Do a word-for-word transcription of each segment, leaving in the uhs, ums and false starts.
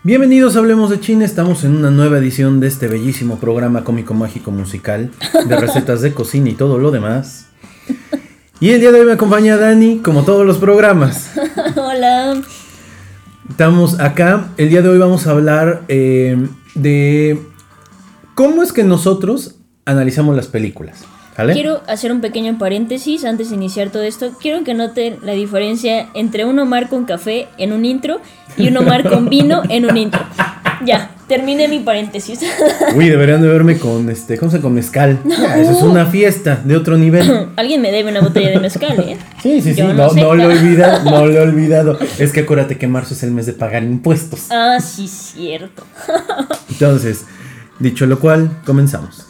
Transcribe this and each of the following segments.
Bienvenidos a Hablemos de Cine, estamos en una nueva edición de este bellísimo programa cómico mágico musical de recetas de cocina y todo lo demás. Y el día de hoy me acompaña Dani, como todos los programas. Hola. Estamos acá, el día de hoy vamos a hablar eh, de cómo es que nosotros analizamos las películas. ¿Vale? Quiero hacer un pequeño paréntesis antes de iniciar todo esto. Quiero que noten la diferencia entre un Omar con café en un intro y un Omar con vino en un intro. Ya, terminé mi paréntesis. Uy, deberían de verme con este, ¿cómo se llama? Con mezcal. No. Ya, eso es una fiesta de otro nivel. Alguien me debe una botella de mezcal, ¿eh? Sí, sí, sí, no, no, no lo he olvidado, no lo he olvidado. Es que acuérdate que marzo es el mes de pagar impuestos. Ah, sí, cierto. Entonces, dicho lo cual, comenzamos.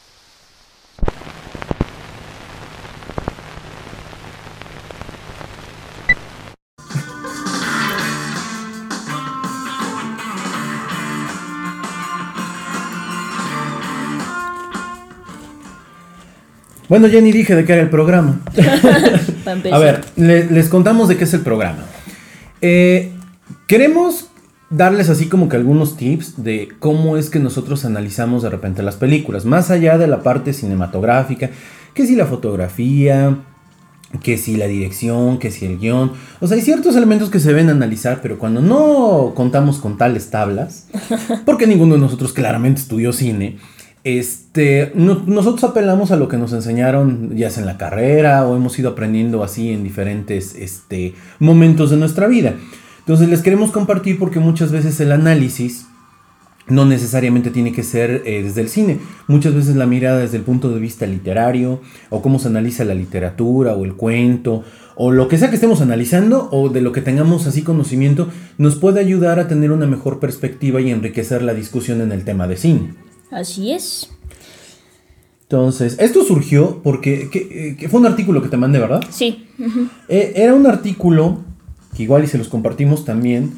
Bueno, ya ni dije de qué era el programa. A ver, le, les contamos de qué es el programa. Eh, queremos darles así como que algunos tips de cómo es que nosotros analizamos de repente las películas. Más allá de la parte cinematográfica, que si la fotografía, que si la dirección, que si el guión. O sea, hay ciertos elementos que se deben analizar, pero cuando no contamos con tales tablas, porque ninguno de nosotros claramente estudió cine, Este, no, nosotros apelamos a lo que nos enseñaron ya sea en la carrera o hemos ido aprendiendo así en diferentes este, momentos de nuestra vida. Entonces les queremos compartir porque muchas veces el análisis no necesariamente tiene que ser eh, desde el cine. Muchas veces la mirada desde el punto de vista literario o cómo se analiza la literatura o el cuento o lo que sea que estemos analizando o de lo que tengamos así conocimiento nos puede ayudar a tener una mejor perspectiva y enriquecer la discusión en el tema de cine. Así es. Entonces, esto surgió porque que, que fue un artículo que te mandé, ¿verdad? Sí. Uh-huh. Eh, era un artículo que igual y se los compartimos también.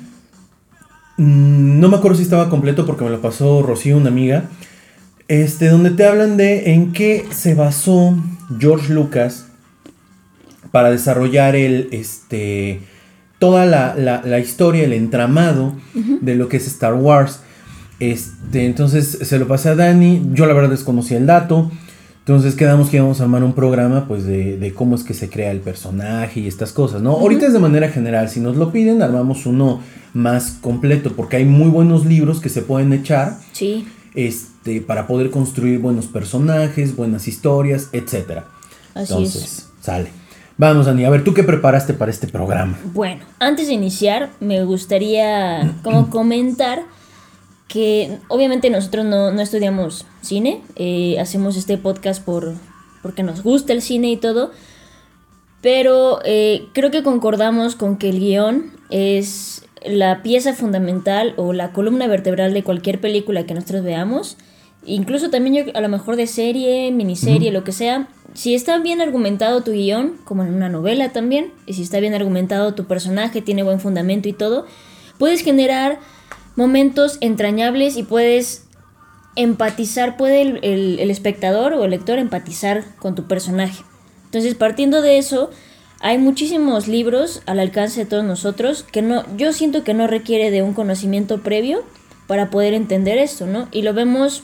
Mm, no me acuerdo si estaba completo porque me lo pasó Rocío, una amiga. Este, donde te hablan de en qué se basó George Lucas para desarrollar el, este, toda la, la, la historia, el entramado uh-huh. de lo que es Star Wars. Este, entonces se lo pasé a Dani, yo la verdad desconocía el dato, entonces quedamos que íbamos a armar un programa pues de, de cómo es que se crea el personaje y estas cosas, ¿no? Uh-huh. Ahorita es de manera general, si nos lo piden armamos uno más completo porque hay muy buenos libros que se pueden echar sí. este, para poder construir buenos personajes, buenas historias, etcétera. Así entonces, es. Sale. Vamos, Dani, a ver, ¿tú qué preparaste para este programa? Bueno, antes de iniciar me gustaría como comentar que obviamente nosotros no, no estudiamos cine, eh, hacemos este podcast por, porque nos gusta el cine y todo, pero eh, creo que concordamos con que el guión es la pieza fundamental o la columna vertebral de cualquier película que nosotros veamos, incluso también yo a lo mejor de serie, miniserie, uh-huh. lo que sea. Si está bien argumentado tu guión, como en una novela también, y si está bien argumentado tu personaje, tiene buen fundamento y todo, puedes generar momentos entrañables y puedes empatizar, puede el, el, el espectador o el lector empatizar con tu personaje. Entonces, partiendo de eso, hay muchísimos libros al alcance de todos nosotros que no, yo siento que no requiere de un conocimiento previo para poder entender esto, ¿no? Y lo vemos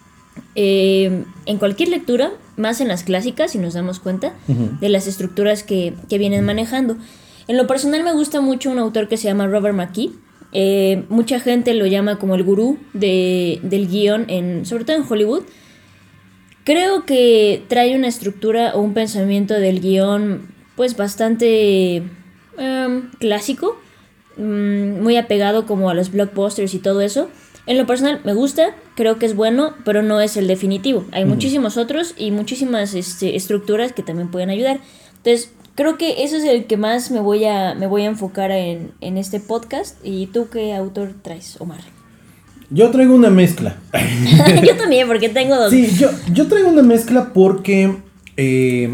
eh, en cualquier lectura, más en las clásicas, si nos damos cuenta uh-huh. de las estructuras que, que vienen manejando. En lo personal me gusta mucho un autor que se llama Robert McKee. Eh, mucha gente lo llama como el gurú de, del guión, en, sobre todo en Hollywood. Creo que trae una estructura o un pensamiento del guión pues bastante um, clásico, um, muy apegado como a los blockbusters y todo eso. En lo personal me gusta, creo que es bueno, pero no es el definitivo. Hay uh-huh. muchísimos otros y muchísimas este, estructuras que también pueden ayudar. Entonces creo que eso es el que más me voy a, me voy a enfocar en, en este podcast. ¿Y tú qué autor traes, Omar? Yo traigo una mezcla. Yo también, porque tengo dos. Sí, yo, yo traigo una mezcla porque eh,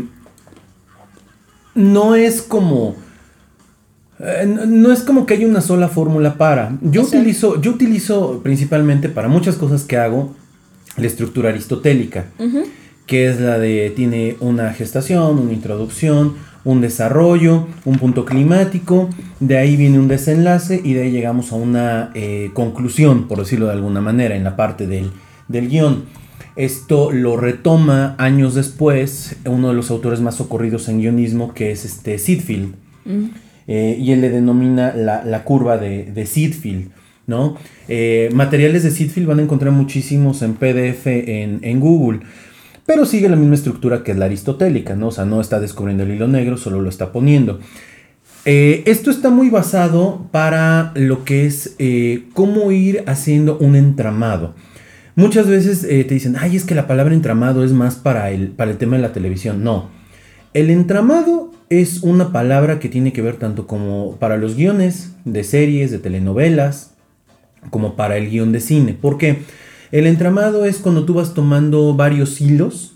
no es como... Eh, no es como que haya una sola fórmula para. Yo utilizo, yo utilizo principalmente para muchas cosas que hago la estructura aristotélica. Uh-huh. Que es la de, tiene una gestación, una introducción, un desarrollo, un punto climático de ahí viene un desenlace y de ahí llegamos a una eh, conclusión, por decirlo de alguna manera, en la parte del, del guión. Esto lo retoma años después uno de los autores más socorridos en guionismo, que es este Ziegfeld. Mm. Eh, y él le denomina la, la curva de, de Ziegfeld, ¿no? Eh, materiales de Ziegfeld van a encontrar muchísimos en P D F en, en Google, pero sigue la misma estructura que la aristotélica, ¿no? O sea, no está descubriendo el hilo negro, solo lo está poniendo. Eh, esto está muy basado para lo que es eh, cómo ir haciendo un entramado. Muchas veces eh, te dicen, ay, es que la palabra entramado es más para el, para el tema de la televisión. No, el entramado es una palabra que tiene que ver tanto como para los guiones de series, de telenovelas, como para el guión de cine. ¿Por qué? El entramado es cuando tú vas tomando varios hilos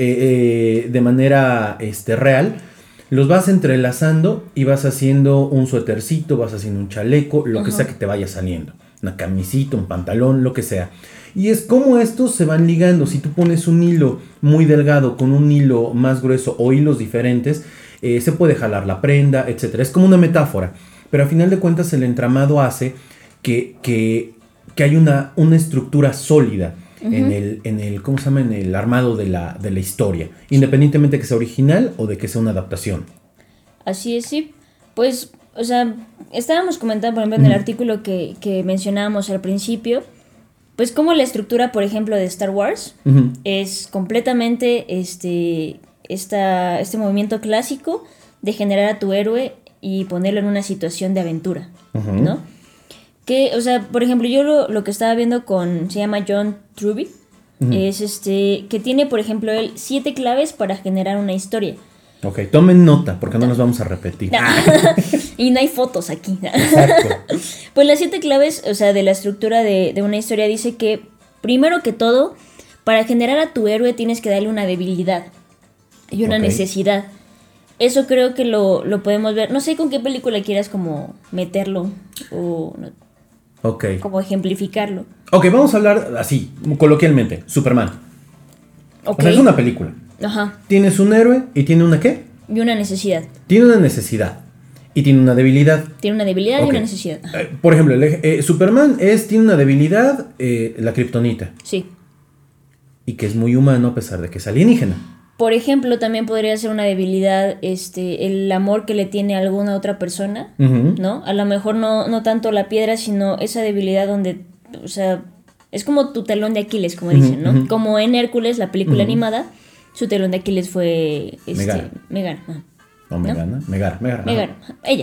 eh, eh, de manera este, real, los vas entrelazando y vas haciendo un suétercito, vas haciendo un chaleco, lo uh-huh. que sea que te vaya saliendo. Una camisita, un pantalón, lo que sea. Y es como estos se van ligando. Si tú pones un hilo muy delgado con un hilo más grueso o hilos diferentes, eh, se puede jalar la prenda, etcétera. Es como una metáfora. Pero a final de cuentas el entramado hace que, que, que hay una, una estructura sólida uh-huh. en, el, en el, ¿cómo se llama? En el armado de la, de la historia. Independientemente de que sea original o de que sea una adaptación. Así es, sí. Pues, o sea, estábamos comentando, por ejemplo, en el uh-huh. artículo que, que mencionábamos al principio, pues como la estructura, por ejemplo, de Star Wars uh-huh. es completamente este, esta, este movimiento clásico de generar a tu héroe y ponerlo en una situación de aventura, uh-huh. ¿no? Que, o sea, por ejemplo, yo lo, lo que estaba viendo con, se llama John Truby, uh-huh. es este, que tiene, por ejemplo, él siete claves para generar una historia. Ok, tomen nota, porque no nos vamos a repetir. No. Y no hay fotos aquí. Exacto. Pues las siete claves, o sea, de la estructura de, de una historia dice que, primero que todo, para generar a tu héroe tienes que darle una debilidad y una okay. necesidad. Eso creo que lo, lo podemos ver. No sé con qué película quieras como meterlo o no, okay. como ejemplificarlo. Ok, vamos a hablar así, coloquialmente. Superman. Okay. O sea, es una película. Ajá. Tienes un héroe y tiene una ¿qué? Y una necesidad. Tiene una necesidad. Y tiene una debilidad. Tiene una debilidad okay. y una necesidad. Eh, por ejemplo, el, eh, Superman es, tiene una debilidad, eh, la kriptonita. Sí. Y que es muy humano a pesar de que es alienígena. Por ejemplo, también podría ser una debilidad este, el amor que le tiene a alguna otra persona, uh-huh. ¿no? A lo mejor no, no tanto la piedra, sino esa debilidad donde, o sea, es como tu talón de Aquiles, como uh-huh. dicen, ¿no? Uh-huh. Como en Hércules, la película uh-huh. animada, su talón de Aquiles fue este, Megara. Megara. No, Megara, ¿no? Megara, Megara. Megara, ella.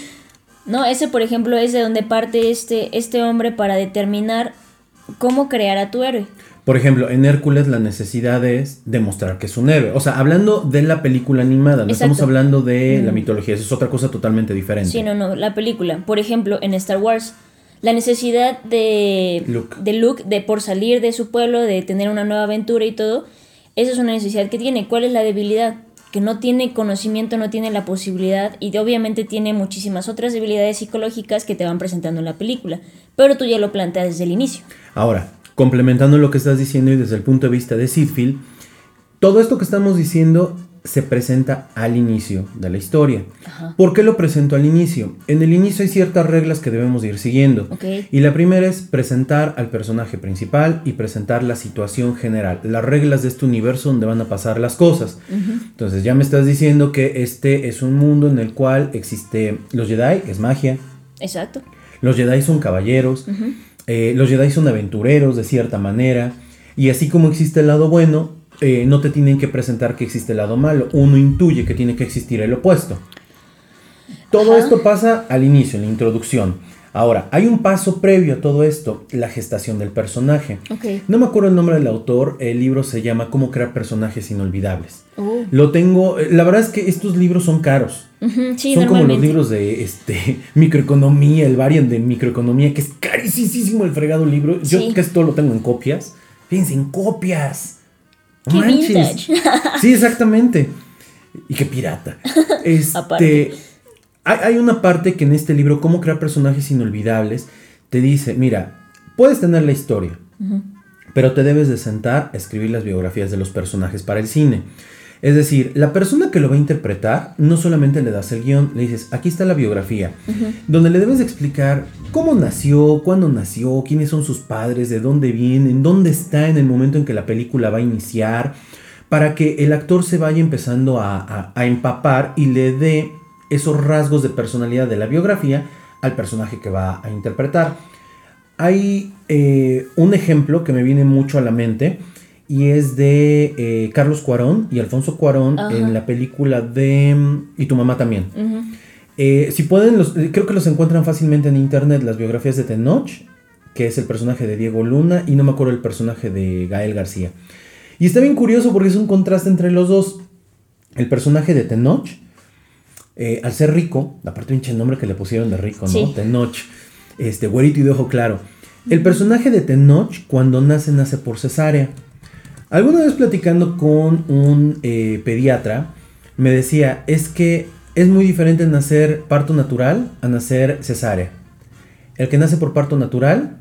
No, ese por ejemplo es de donde parte este, este hombre para determinar cómo crear a tu héroe. Por ejemplo, en Hércules la necesidad es demostrar que es un héroe. O sea, hablando de la película animada, no Exacto. estamos hablando de mm. la mitología, eso es otra cosa totalmente diferente. Sí, no, no, la película. Por ejemplo, en Star Wars, la necesidad de Luke. de Luke, de por salir de su pueblo, de tener una nueva aventura y todo, esa es una necesidad que tiene. ¿Cuál es la debilidad? Que no tiene conocimiento, no tiene la posibilidad y obviamente tiene muchísimas otras debilidades psicológicas que te van presentando en la película, pero tú ya lo planteas desde el inicio. Ahora, complementando lo que estás diciendo y desde el punto de vista de Ziegfeld, todo esto que estamos diciendo se presenta al inicio de la historia. Ajá. ¿Por qué lo presento al inicio? En el inicio hay ciertas reglas que debemos ir siguiendo. Okay. Y la primera es presentar al personaje principal y presentar la situación general, las reglas de este universo donde van a pasar las cosas. Uh-huh. Entonces ya me estás diciendo que este es un mundo en el cual existe los Jedi, es magia. Exacto. Los Jedi son caballeros. Uh-huh. Eh, los Jedi son aventureros de cierta manera. Y así como existe el lado bueno, Eh, no te tienen que presentar que existe el lado malo. Uno intuye que tiene que existir el opuesto. Todo Ajá. esto pasa al inicio, en la introducción. Ahora, hay un paso previo a todo esto, la gestación del personaje. Okay. No me acuerdo el nombre del autor, el libro se llama Cómo crear personajes inolvidables. Uh. Lo tengo, la verdad es que estos libros son caros. Uh-huh, sí, son como los libros de este, microeconomía, el Variant de microeconomía, que es carísimo el fregado libro. Sí. Yo casi todo lo tengo en copias. Fíjense, en copias. ¡Qué vintage! Sí, exactamente. Y qué pirata. Este, hay, hay una parte que en este libro, Cómo crear personajes inolvidables, te dice, mira, puedes tener la historia, uh-huh. pero te debes de sentar a escribir las biografías de los personajes para el cine. Es decir, la persona que lo va a interpretar no solamente le das el guión, le dices, aquí está la biografía, uh-huh. donde le debes explicar cómo nació, cuándo nació, quiénes son sus padres, de dónde vienen, dónde está en el momento en que la película va a iniciar, para que el actor se vaya empezando a, a, a empapar y le dé esos rasgos de personalidad de la biografía al personaje que va a interpretar. Hay eh, un ejemplo que me viene mucho a la mente, y es de eh, Carlos Cuarón y Alfonso Cuarón, ajá. en la película de Y tu mamá también. Uh-huh. Eh, si pueden, los, creo que los encuentran fácilmente en internet, las biografías de Tenoch, que es el personaje de Diego Luna, y no me acuerdo el personaje de Gael García. Y está bien curioso porque es un contraste entre los dos. El personaje de Tenoch, eh, al ser rico, aparte pinche nombre que le pusieron de rico, ¿no? Sí. Tenoch, este, güerito y de ojo claro. El personaje de Tenoch, cuando nace, nace por cesárea. Alguna vez platicando con un eh, pediatra, me decía, es que es muy diferente nacer parto natural a nacer cesárea. El que nace por parto natural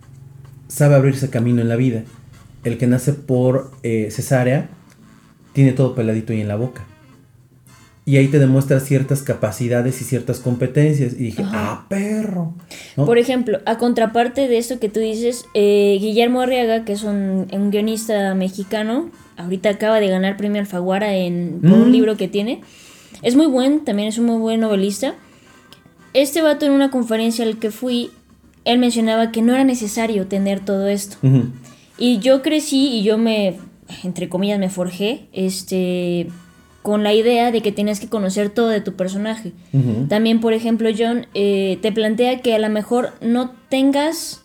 sabe abrirse camino en la vida. El que nace por eh, cesárea tiene todo peladito ahí en la boca. Y ahí te demuestra ciertas capacidades y ciertas competencias. Y dije, ajá. ¡ah, perro! ¿No? Por ejemplo, a contraparte de esto que tú dices, eh, Guillermo Arriaga, que es un, un guionista mexicano, ahorita acaba de ganar premio Alfaguara en, por mm. un libro que tiene. Es muy buen, también es un muy buen novelista. Este vato, en una conferencia al que fui, él mencionaba que no era necesario tener todo esto. Uh-huh. Y yo crecí y yo me, entre comillas, me forjé, este... con la idea de que tienes que conocer todo de tu personaje. Uh-huh. También, por ejemplo, John eh, te plantea que a lo mejor no tengas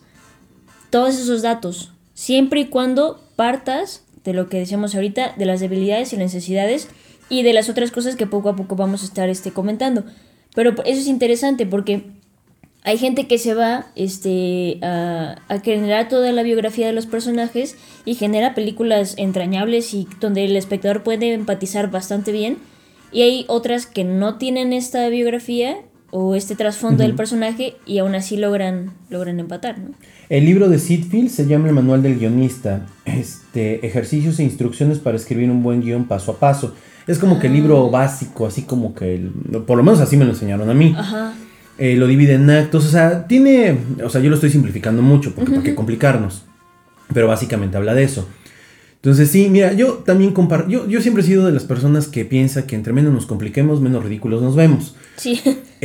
todos esos datos, siempre y cuando partas de lo que decíamos ahorita, de las debilidades y las necesidades y de las otras cosas que poco a poco vamos a estar este, comentando. Pero eso es interesante porque hay gente que se va este, a, a generar toda la biografía de los personajes y genera películas entrañables y donde el espectador puede empatizar bastante bien. Y hay otras que no tienen esta biografía o este trasfondo uh-huh. del personaje y aún así logran, logran empatar, ¿no? El libro de Sitfield se llama El Manual del Guionista. Este, ejercicios e instrucciones para escribir un buen guión paso a paso. Es como ah. que el libro básico, así como que... El, por lo menos así me lo enseñaron a mí. Ajá. Eh, lo divide en actos, o sea, tiene, o sea, yo lo estoy simplificando mucho, porque uh-huh. ¿para qué complicarnos? Pero básicamente habla de eso. Entonces sí, mira, yo también comparto, yo, yo siempre he sido de las personas que piensa que entre menos nos compliquemos, menos ridículos nos vemos. Sí.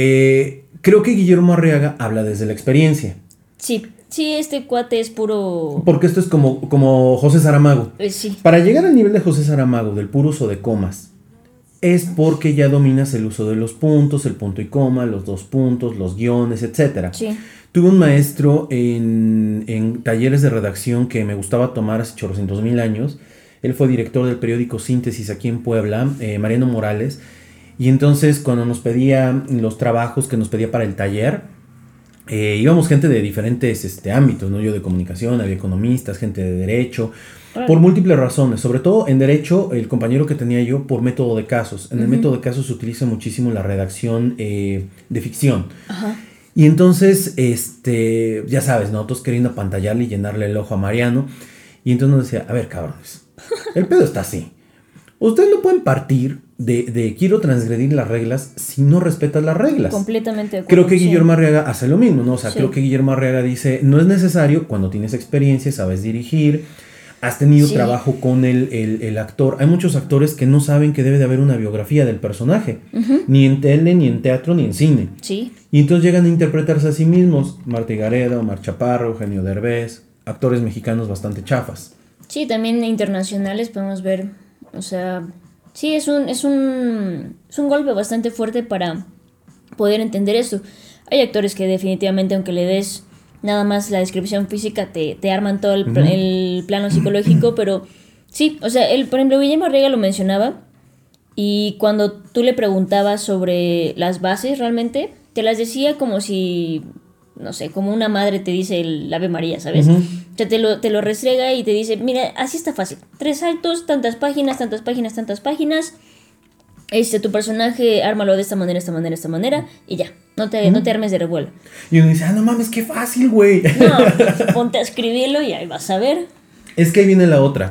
Eh, creo que Guillermo Arriaga habla desde la experiencia. Sí, sí, este cuate es puro... Porque esto es como, como José Saramago. Eh, sí. Para llegar al nivel de José Saramago, del puro uso de comas, es porque ya dominas el uso de los puntos, el punto y coma, los dos puntos, los guiones, etcétera. Sí. Tuve un maestro en, en talleres de redacción que me gustaba tomar hace chorrocientos mil años. Él fue director del periódico Síntesis aquí en Puebla, eh, Mariano Morales. Y entonces cuando nos pedía los trabajos que nos pedía para el taller, eh, íbamos gente de diferentes este, ámbitos, ¿no? Yo de comunicación, había economistas, gente de derecho... Por múltiples razones, sobre todo en derecho, el compañero que tenía yo por método de casos. En uh-huh. el método de casos se utiliza muchísimo la redacción eh, de ficción. Uh-huh. Y entonces, este, ya sabes, ¿no? Todos queriendo apantallarle y llenarle el ojo a Mariano. Y entonces nos decía, a ver, cabrones, el pedo está así. Ustedes no pueden partir de, de quiero transgredir las reglas si no respetas las reglas. Completamente de acuerdo. Creo que Guillermo Arriaga hace lo mismo, ¿no? O sea, sí. creo que Guillermo Arriaga dice, no es necesario cuando tienes experiencia, sabes dirigir... Has tenido sí. trabajo con el, el, el actor. Hay muchos actores que no saben que debe de haber una biografía del personaje. Uh-huh. Ni en tele, ni en teatro, ni en cine. Sí. Y entonces llegan a interpretarse a sí mismos. Marta Gareda, Omar Chaparro, Eugenio Derbez. Actores mexicanos bastante chafas. Sí, también internacionales podemos ver. O sea, sí, es un, es un, es un golpe bastante fuerte para poder entender esto. Hay actores que definitivamente, aunque le des... nada más la descripción física te, te arman todo el, uh-huh. el plano psicológico, pero sí, o sea, él, por ejemplo, Guillermo Arriaga lo mencionaba y cuando tú le preguntabas sobre las bases realmente, te las decía como si, no sé, como una madre te dice el Ave María, ¿sabes? Uh-huh. O sea, te lo, te lo restrega y te dice, mira, así está fácil, tres saltos, tantas páginas, tantas páginas, tantas páginas, este, tu personaje, ármalo de esta manera, esta manera, esta manera, y ya. No te, ¿Mm? no te armes de revuelo. Y uno dice, ah, no mames, qué fácil, güey. No, ponte a escribirlo y ahí vas a ver. Es que ahí viene la otra.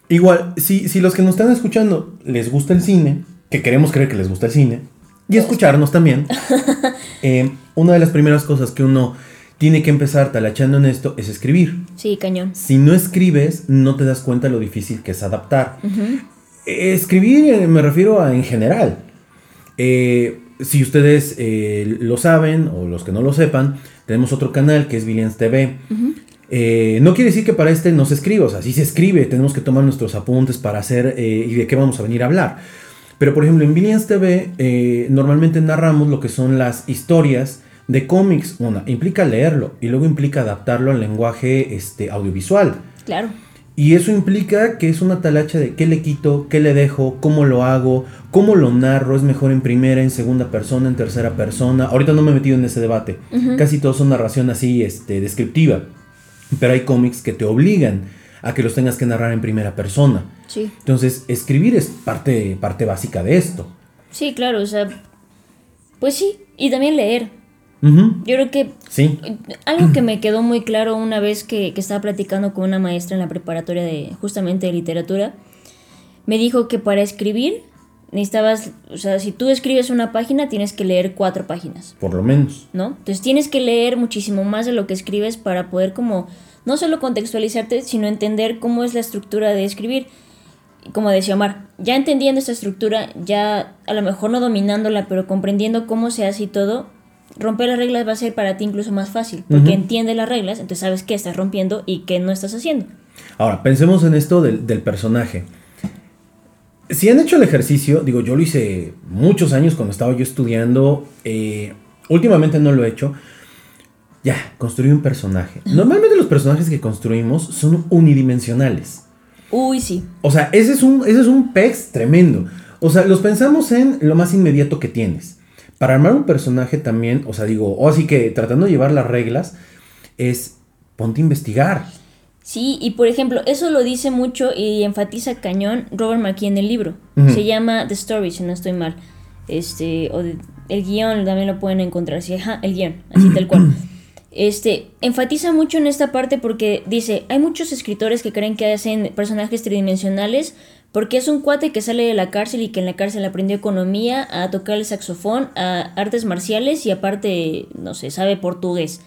Igual, si, si los que nos están escuchando les gusta el cine, que queremos creer que les gusta el cine, y escucharnos también, eh, una de las primeras cosas que uno tiene que empezar talachando en esto es escribir. Sí, cañón. Si no escribes, no te das cuenta lo difícil que es adaptar. Uh-huh. Eh, escribir eh, me refiero a en general. Eh, si ustedes eh, lo saben, o los que no lo sepan, tenemos otro canal que es Billions T V. Uh-huh. Eh, no quiere decir que para este no se escriba, o sea, sí se escribe, tenemos que tomar nuestros apuntes para hacer eh, y de qué vamos a venir a hablar. Pero por ejemplo en Billions T V eh, normalmente narramos lo que son las historias de cómics. Una, implica leerlo y luego implica adaptarlo al lenguaje este, audiovisual. Claro. Y eso implica que es una talacha de qué le quito, qué le dejo, cómo lo hago, cómo lo narro, es mejor en primera, en segunda persona, en tercera persona. Ahorita no me he metido en ese debate, uh-huh. Casi todos son narración así este, descriptiva. Pero hay cómics que te obligan a que los tengas que narrar en primera persona. Sí. Entonces, escribir es parte, parte básica de esto. Sí, claro, o sea, pues sí, y también leer. Uh-huh. Yo creo que sí. Algo que me quedó muy claro una vez que, que estaba platicando con una maestra en la preparatoria de justamente de literatura, me dijo que para escribir necesitabas, o sea, si tú escribes una página tienes que leer cuatro páginas. Por lo menos. ¿No? Entonces tienes que leer muchísimo más de lo que escribes para poder como, no solo contextualizarte, sino entender cómo es la estructura de escribir. Como decía Omar, ya entendiendo esta estructura, ya a lo mejor no dominándola, pero comprendiendo cómo se hace y todo, romper las reglas va a ser para ti incluso más fácil, porque uh-huh. entiendes las reglas, entonces sabes qué estás rompiendo y qué no estás haciendo. Ahora, pensemos en esto del, del personaje. Si han hecho el ejercicio, digo, yo lo hice muchos años cuando estaba yo estudiando, eh, últimamente no lo he hecho. Ya, construí un personaje. Normalmente los personajes que construimos son unidimensionales. Uy, sí. O sea, ese es un, ese es un pex tremendo. O sea, los pensamos en lo más inmediato que tienes. Para armar un personaje también, o sea, digo, o así que tratando de llevar las reglas, es ponte a investigar. Sí, y por ejemplo, eso lo dice mucho y enfatiza cañón Robert McKee en el libro. Uh-huh. Se llama The Story, si no estoy mal. Este, o de, el guión también lo pueden encontrar. Sí, ajá, el guión, así tal cual. Este, enfatiza mucho en esta parte porque dice, hay muchos escritores que creen que hacen personajes tridimensionales porque es un cuate que sale de la cárcel y que en la cárcel aprendió economía, a tocar el saxofón, a artes marciales y aparte, no sé, sabe portugués.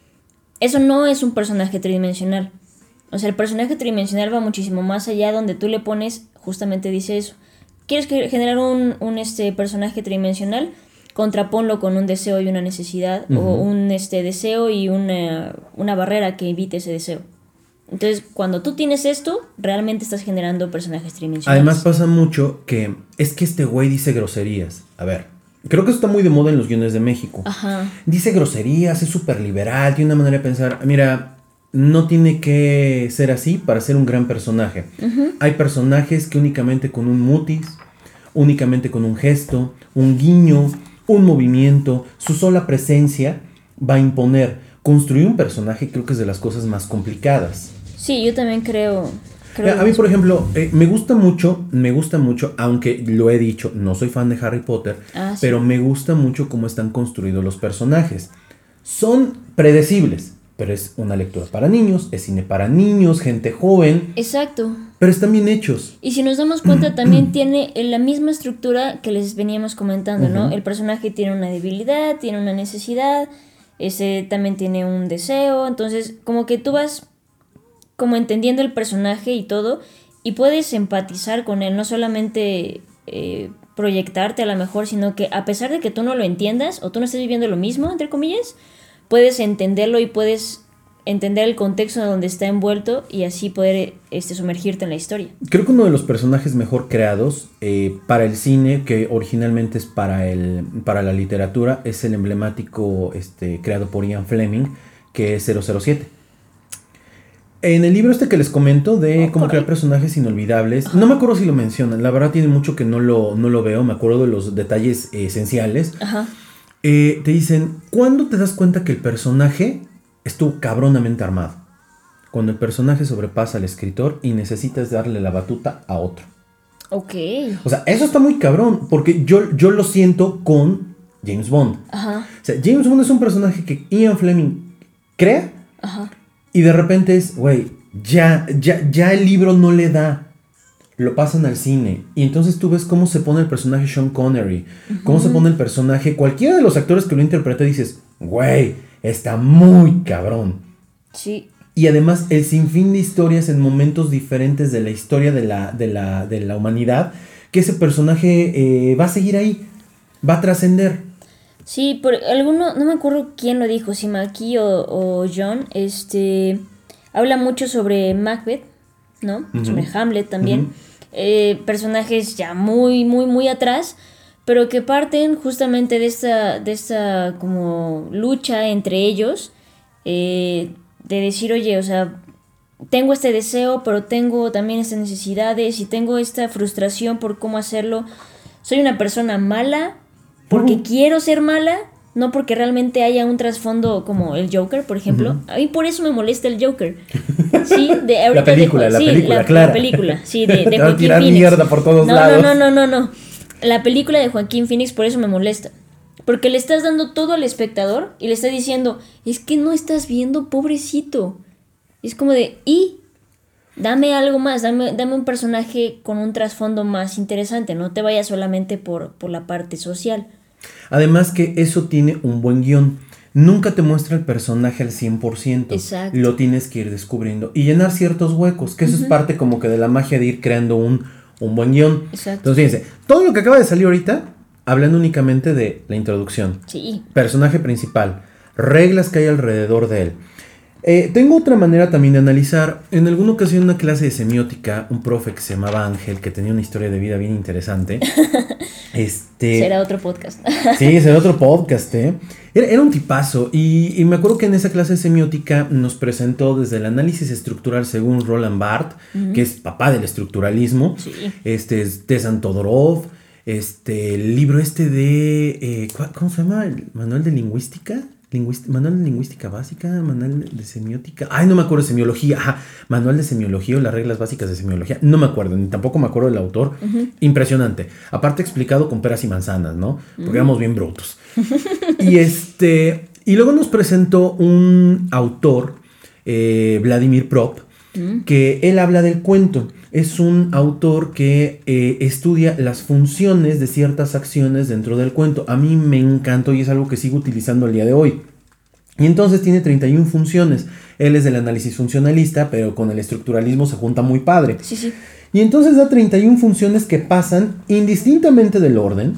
Eso no es un personaje tridimensional. O sea, el personaje tridimensional va muchísimo más allá, donde tú le pones, justamente dice eso. ¿Quieres generar un, un este, personaje tridimensional? Contraponlo con un deseo y una necesidad, uh-huh. o un este, deseo y una, una barrera que evite ese deseo. Entonces, cuando tú tienes esto, realmente estás generando personajes tridimensionales. Además pasa mucho que es que este güey dice groserías. A ver, creo que eso está muy de moda en los guiones de México. Ajá. Dice groserías, es súper liberal, tiene una manera de pensar. Mira, no tiene que ser así para ser un gran personaje. Uh-huh. Hay personajes que únicamente con un mutis, únicamente con un gesto, un guiño, un movimiento, su sola presencia va a imponer. Construir un personaje creo que es de las cosas más complicadas. Sí, yo también creo. creo a mí, por ejemplo, eh, me gusta mucho, me gusta mucho, aunque lo he dicho, no soy fan de Harry Potter, ah, sí. pero me gusta mucho cómo están construidos los personajes. Son predecibles, pero es una lectura para niños, es cine para niños, gente joven. Exacto. Pero están bien hechos. Y si nos damos cuenta, también tiene la misma estructura que les veníamos comentando, uh-huh. ¿no? El personaje tiene una debilidad, tiene una necesidad, ese también tiene un deseo, entonces como que tú vas como entendiendo el personaje y todo, y puedes empatizar con él, no solamente eh, proyectarte a lo mejor, sino que a pesar de que tú no lo entiendas, o tú no estés viviendo lo mismo, entre comillas, puedes entenderlo y puedes entender el contexto donde está envuelto y así poder este, sumergirte en la historia. Creo que uno de los personajes mejor creados eh, para el cine, que originalmente es para, el, para la literatura, es el emblemático este, creado por Ian Fleming, que es cero cero siete. En el libro este que les comento de oh, cómo crear personajes inolvidables, Ajá. no me acuerdo si lo mencionan, la verdad tiene mucho que no lo, no lo veo, me acuerdo de los detalles eh, esenciales. Ajá. Eh, te dicen, ¿cuándo te das cuenta que el personaje estuvo cabronamente armado? Cuando el personaje sobrepasa al escritor y necesitas darle la batuta a otro. Ok. O sea, eso está muy cabrón, porque yo, yo lo siento con James Bond. Ajá. O sea, James Bond es un personaje que Ian Fleming crea. Ajá. Y de repente es, güey, ya, ya, ya el libro no le da. lo pasan al cine. Y entonces tú ves cómo se pone el personaje Sean Connery, uh-huh. cómo se pone el personaje, cualquiera de los actores que lo interpreta, dices, güey, está muy cabrón. Sí. Y además el sinfín de historias en momentos diferentes de la historia de la, de la, de la humanidad, que ese personaje eh, va a seguir ahí, va a trascender. Sí, por alguno, no me acuerdo quién lo dijo, si Maki o, o John, este, habla mucho sobre Macbeth, ¿no? Uh-huh. Sobre Hamlet también. Uh-huh. Eh, personajes ya muy, muy, muy atrás, pero que parten justamente de esta, de esta como lucha entre ellos, eh, de decir, oye, o sea, tengo este deseo, pero tengo también estas necesidades y tengo esta frustración por cómo hacerlo. Soy una persona mala porque uh-huh. quiero ser mala, no porque realmente haya un trasfondo como el Joker, por ejemplo. Uh-huh. A mí por eso me molesta el Joker. Sí, de la película, de, la sí, película, la, claro. La película, sí, de, de Te va a Joaquín tirar Phoenix. Mierda por todos no, lados. No, no, no, no, no. La película de Joaquín Phoenix por eso me molesta. Porque le estás dando todo al espectador y le estás diciendo, es que no estás viendo, pobrecito. Es como de, y dame algo más, dame, dame un personaje con un trasfondo más interesante, no te vayas solamente por, por la parte social. Además que eso tiene un buen guión. Nunca te muestra el personaje al cien por ciento. Exacto. Lo tienes que ir descubriendo y llenar ciertos huecos, que eso uh-huh. es parte como que de la magia de ir creando un, un buen guión. Exacto. Entonces fíjense, todo lo que acaba de salir ahorita, hablando únicamente de la introducción. Sí. Personaje principal, reglas que hay alrededor de él. Eh, tengo otra manera también de analizar. En alguna ocasión, en una clase de semiótica, un profe que se llamaba Ángel, que tenía una historia de vida bien interesante. este, será otro podcast. sí, será otro podcast, ¿eh? Era, era un tipazo. Y, y me acuerdo que en esa clase de semiótica nos presentó desde el análisis estructural según Roland Barthes, uh-huh. que es papá del estructuralismo. Sí. Este es de Todorov. Este, el libro este de. Eh, ¿Cómo se llama? ¿El manual de lingüística? Lingüist- manual de lingüística básica, manual de semiótica, ay no me acuerdo, semiología, ajá, manual de semiología o las reglas básicas de semiología, no me acuerdo, ni tampoco me acuerdo del autor, uh-huh. impresionante, aparte explicado con peras y manzanas, ¿no? Porque uh-huh. éramos bien brutos. y este, y luego nos presentó un autor, eh, Vladimir Prop, uh-huh. que él habla del cuento. Es un autor que eh, estudia las funciones de ciertas acciones dentro del cuento. A mí me encantó y es algo que sigo utilizando el día de hoy. Y entonces tiene treinta y una funciones. Él es del análisis funcionalista, pero con el estructuralismo se junta muy padre. Sí, sí. Y entonces da treinta y una funciones que pasan indistintamente del orden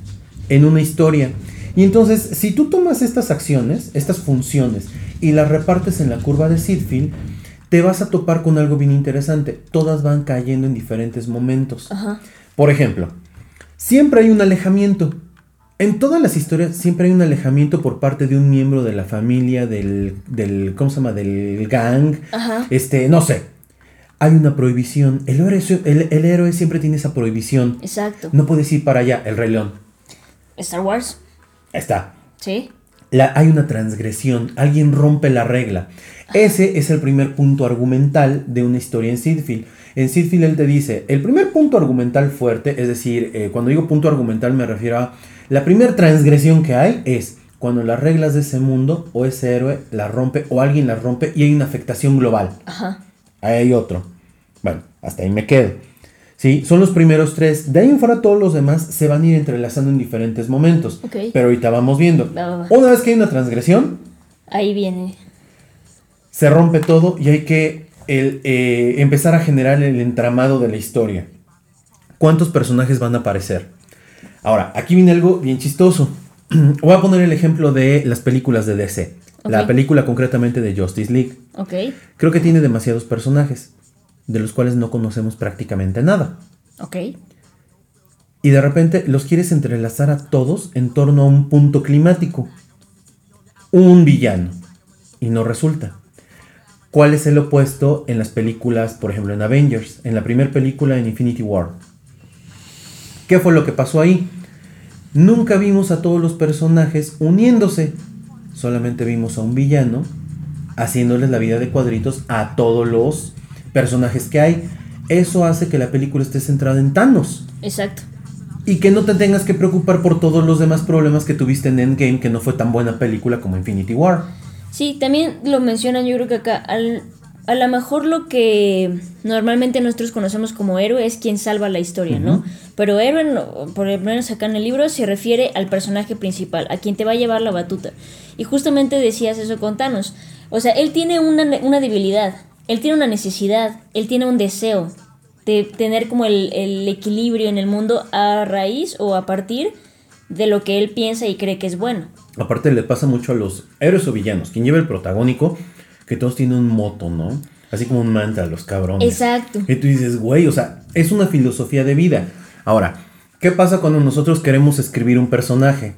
en una historia. Y entonces, si tú tomas estas acciones, estas funciones, y las repartes en la curva de Ziegfeld, te vas a topar con algo bien interesante. Todas van cayendo en diferentes momentos. Ajá. Por ejemplo, siempre hay un alejamiento. En todas las historias siempre hay un alejamiento por parte de un miembro de la familia, del, del ¿cómo se llama? Del gang. Ajá. Este, no sé. Hay una prohibición. El héroe, el, el héroe siempre tiene esa prohibición. Exacto. No puedes ir para allá. El Rey León. Star Wars. Está. Sí. La, hay una transgresión. Alguien rompe la regla. Ese es el primer punto argumental de una historia en Ziegfeld. En Ziegfeld él te dice, el primer punto argumental fuerte, es decir, eh, cuando digo punto argumental me refiero a la primera transgresión que hay es cuando las reglas de ese mundo o ese héroe las rompe o alguien las rompe y hay una afectación global. Ajá. Ahí hay otro. Bueno, hasta ahí me quedo. Sí, son los primeros tres. De ahí en fuera todos los demás se van a ir entrelazando en diferentes momentos. Okay. Pero ahorita vamos viendo. Va, va, va. Una vez que hay una transgresión, ahí viene. Se rompe todo y hay que el, eh, empezar a generar el entramado de la historia. ¿Cuántos personajes van a aparecer? Ahora, aquí viene algo bien chistoso. Voy a poner el ejemplo de las películas de D C. Okay. La película concretamente de Justice League. Okay. Creo que tiene demasiados personajes, de los cuales no conocemos prácticamente nada. Okay. Y de repente los quieres entrelazar a todos en torno a un punto climático. Un villano. Y no resulta. ¿Cuál es el opuesto en las películas, por ejemplo, en Avengers? En la primera película, en Infinity War. ¿Qué fue lo que pasó ahí? Nunca vimos a todos los personajes uniéndose. Solamente vimos a un villano haciéndoles la vida de cuadritos a todos los personajes que hay. Eso hace que la película esté centrada en Thanos. Exacto. Y que no te tengas que preocupar por todos los demás problemas que tuviste en Endgame, que no fue tan buena película como Infinity War. Sí, también lo mencionan, yo creo que acá, al a lo mejor lo que normalmente nosotros conocemos como héroe es quien salva la historia, uh-huh. ¿no? Pero héroe, por lo menos acá en el libro, se refiere al personaje principal, a quien te va a llevar la batuta. Y justamente decías eso con Thanos. O sea, él tiene una, una debilidad, él tiene una necesidad, él tiene un deseo de tener como el, el equilibrio en el mundo a raíz o a partir de lo que él piensa y cree que es bueno. Aparte le pasa mucho a los héroes o villanos, quien lleva el protagónico, que todos tienen un moto, ¿no? Así como un mantra, los cabrones. Exacto. Y tú dices, güey, o sea, es una filosofía de vida. Ahora, ¿qué pasa cuando nosotros queremos escribir un personaje?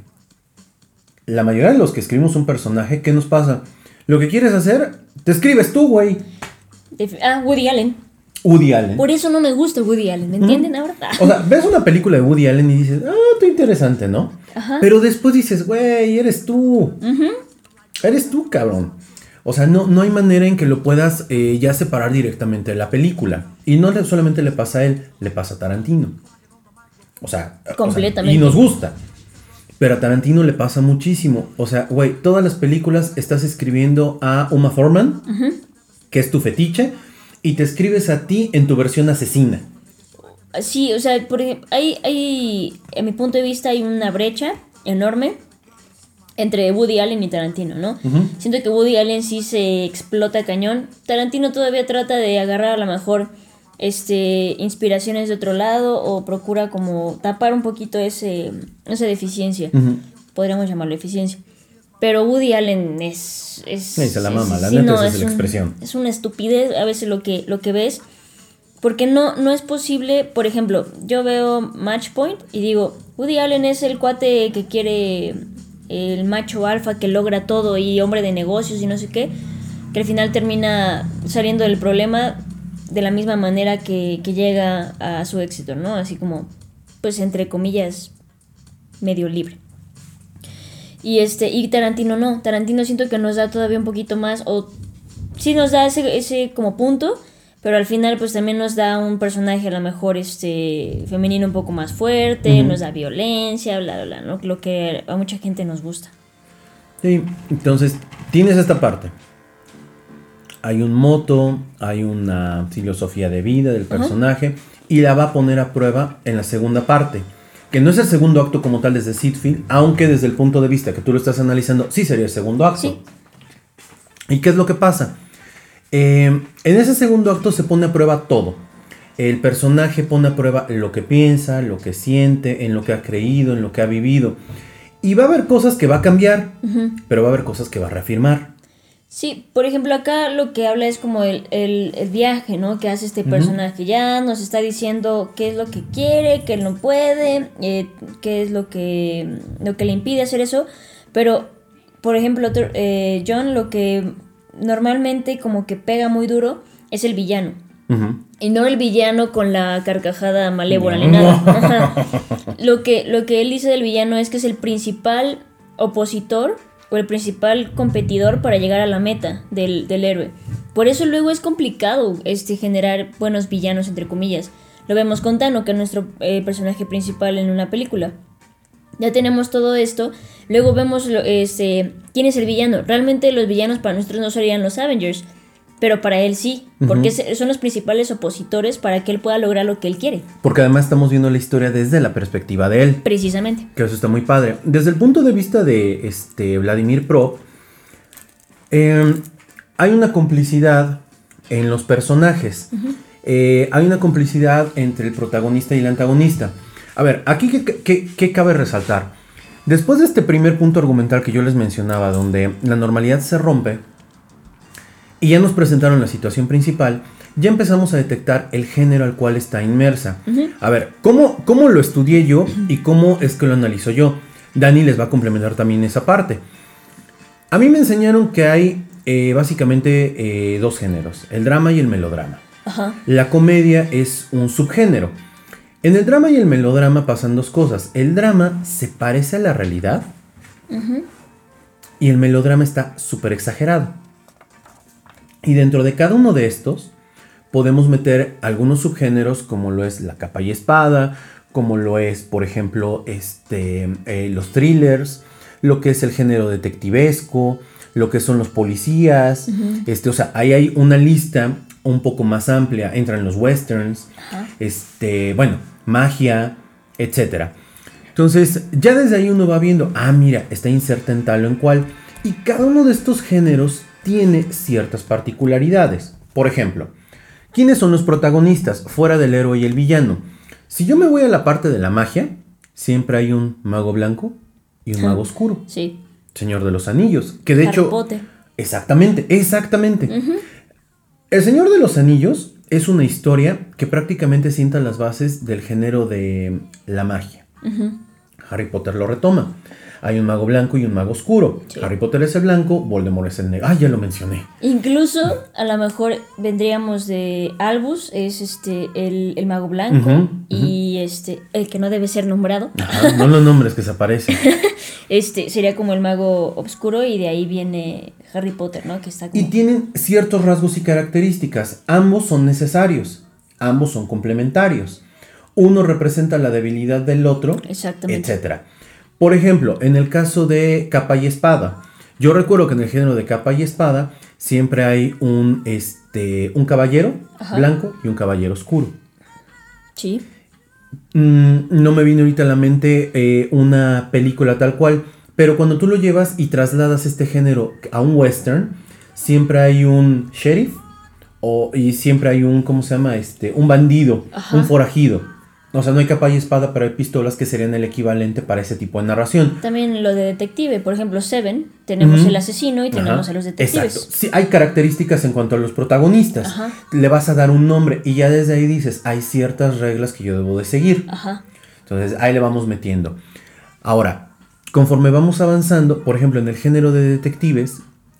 La mayoría de los que escribimos un personaje, ¿qué nos pasa? Lo que quieres hacer, te escribes tú, güey. Ah, Woody Allen. Woody Allen. Por eso no me gusta Woody Allen, ¿me entienden ¿Mm? ahora? O sea, ves una película de Woody Allen y dices, ah, tú interesante, ¿no? Ajá. Pero después dices, güey, eres tú. Uh-huh. Eres tú, cabrón. O sea, no, no hay manera en que lo puedas eh, ya separar directamente de la película. Y no le, solamente le pasa a él, le pasa a Tarantino. O sea, completamente. O sea, y nos gusta. Pero a Tarantino le pasa muchísimo. O sea, güey, todas las películas estás escribiendo a Uma Thurman, uh-huh. que es tu fetiche, y te escribes a ti en tu versión asesina. Sí, o sea, por ejemplo, hay, hay, en mi punto de vista hay una brecha enorme entre Woody Allen y Tarantino, ¿no? Uh-huh. Siento que Woody Allen sí se explota cañón. Tarantino todavía trata de agarrar a lo mejor este, inspiraciones de otro lado o procura como tapar un poquito ese, esa deficiencia. Uh-huh. Podríamos llamarlo eficiencia. Pero Woody Allen es... es sí, se la mama, es, la sí, neta no, esa es es la un, expresión. Es una estupidez a veces lo que, lo que ves. Porque no, no es posible, por ejemplo, yo veo Match Point y digo, Woody Allen es el cuate que quiere... el macho alfa que logra todo y hombre de negocios y no sé qué, que al final termina saliendo del problema de la misma manera que, que llega a su éxito, ¿no? Así como, pues entre comillas, medio libre. Y este y Tarantino no, Tarantino siento que nos da todavía un poquito más, o sí nos da ese, ese como punto, pero al final pues también nos da un personaje a lo mejor este femenino un poco más fuerte, uh-huh. nos da violencia, bla, bla, bla, ¿no? Lo que a mucha gente nos gusta. Sí, entonces tienes esta parte. Hay un moto, hay una filosofía de vida del personaje, uh-huh. y la va a poner a prueba en la segunda parte, que no es el segundo acto como tal desde Sitfield, aunque desde el punto de vista que tú lo estás analizando, sí sería el segundo acto. Sí. ¿Y qué es lo que pasa? Eh, en ese segundo acto se pone a prueba todo. El personaje pone a prueba lo que piensa, lo que siente, en lo que ha creído, en lo que ha vivido. Y va a haber cosas que va a cambiar, uh-huh. pero va a haber cosas que va a reafirmar. Sí, por ejemplo, acá lo que habla es como el, el, el viaje, ¿no? Que hace este personaje. Uh-huh. Ya nos está diciendo qué es lo que quiere, qué no puede, eh, qué es lo que, lo que le impide hacer eso. Pero, por ejemplo, otro, eh, John lo que normalmente como que pega muy duro es el villano. Uh-huh. Y no el villano con la carcajada malévola ni nada. Lo que, lo que él dice del villano es que es el principal opositor o el principal competidor para llegar a la meta del, del héroe. Por eso luego es complicado este, generar buenos villanos, entre comillas. Lo vemos con Thanos, que es nuestro eh, personaje principal en una película. Ya tenemos todo esto. Luego vemos este, quién es el villano. Realmente los villanos para nosotros no serían los Avengers, pero para él sí, porque uh-huh. son los principales opositores para que él pueda lograr lo que él quiere. Porque además estamos viendo la historia desde la perspectiva de él. Precisamente. Que eso está muy padre. Desde el punto de vista de este, Vladimir Pro, eh, hay una complicidad en los personajes. Uh-huh. Eh, hay una complicidad entre el protagonista y el antagonista. A ver, aquí ¿qué, qué, qué cabe resaltar? Después de este primer punto argumental que yo les mencionaba, donde la normalidad se rompe, y ya nos presentaron la situación principal, ya empezamos a detectar el género al cual está inmersa. Uh-huh. A ver, ¿cómo, ¿cómo lo estudié yo y cómo es que lo analizo yo? Dani les va a complementar también esa parte. A mí me enseñaron que hay eh, básicamente eh, dos géneros, el drama y el melodrama. Uh-huh. La comedia es un subgénero. En el drama y el melodrama pasan dos cosas. El drama se parece a la realidad, uh-huh. y el melodrama está súper exagerado. Y dentro de cada uno de estos podemos meter algunos subgéneros como lo es la capa y espada, como lo es, por ejemplo, este, eh, los thrillers, lo que es el género detectivesco, lo que son los policías, uh-huh. este, o sea, ahí hay una lista un poco más amplia, entran los westerns, uh-huh. este, bueno, magia, etcétera. Entonces, ya desde ahí uno va viendo, ah, mira, está inserta en tal o en cual, y cada uno de estos géneros tiene ciertas particularidades. Por ejemplo, ¿quiénes son los protagonistas fuera del héroe y el villano? Si yo me voy a la parte de la magia, siempre hay un mago blanco y un mago oscuro. Sí. Señor de los Anillos, que de Harry hecho... Potter. Exactamente, exactamente. Uh-huh. El Señor de los Anillos es una historia que prácticamente sienta las bases del género de la magia. Uh-huh. Harry Potter lo retoma. Hay un mago blanco y un mago oscuro. Sí. Harry Potter es el blanco, Voldemort es el negro. Ah, ya lo mencioné. Incluso, a lo mejor vendríamos de Albus, es este el, el mago blanco, uh-huh, y uh-huh. este el que no debe ser nombrado. Ajá, no lo nombres, que se aparece. Este sería como el mago oscuro, y de ahí viene Harry Potter, ¿no? Que está como... Y tienen ciertos rasgos y características. Ambos son necesarios. Ambos son complementarios. Uno representa la debilidad del otro, exactamente, etcétera. Por ejemplo, en el caso de capa y espada, yo recuerdo que en el género de capa y espada siempre hay un, este, un caballero, ajá, blanco y un caballero oscuro. Sí. Mm, no me viene ahorita a la mente eh, una película tal cual, pero cuando tú lo llevas y trasladas este género a un western, siempre hay un sheriff o, y siempre hay un, ¿cómo se llama? Este, un bandido, ajá, un forajido. O sea, no hay capa y espada, pero hay pistolas que serían el equivalente para ese tipo de narración. También lo de detective, por ejemplo, Seven, tenemos uh-huh. el asesino y tenemos, ajá, a los detectives. Exacto. Sí, hay características en cuanto a los protagonistas. Ajá. Le vas a dar un nombre y ya desde ahí dices, hay ciertas reglas que yo debo de seguir. Ajá. Entonces, ahí le vamos metiendo. Ahora, conforme vamos avanzando, por ejemplo, en el género de detectives,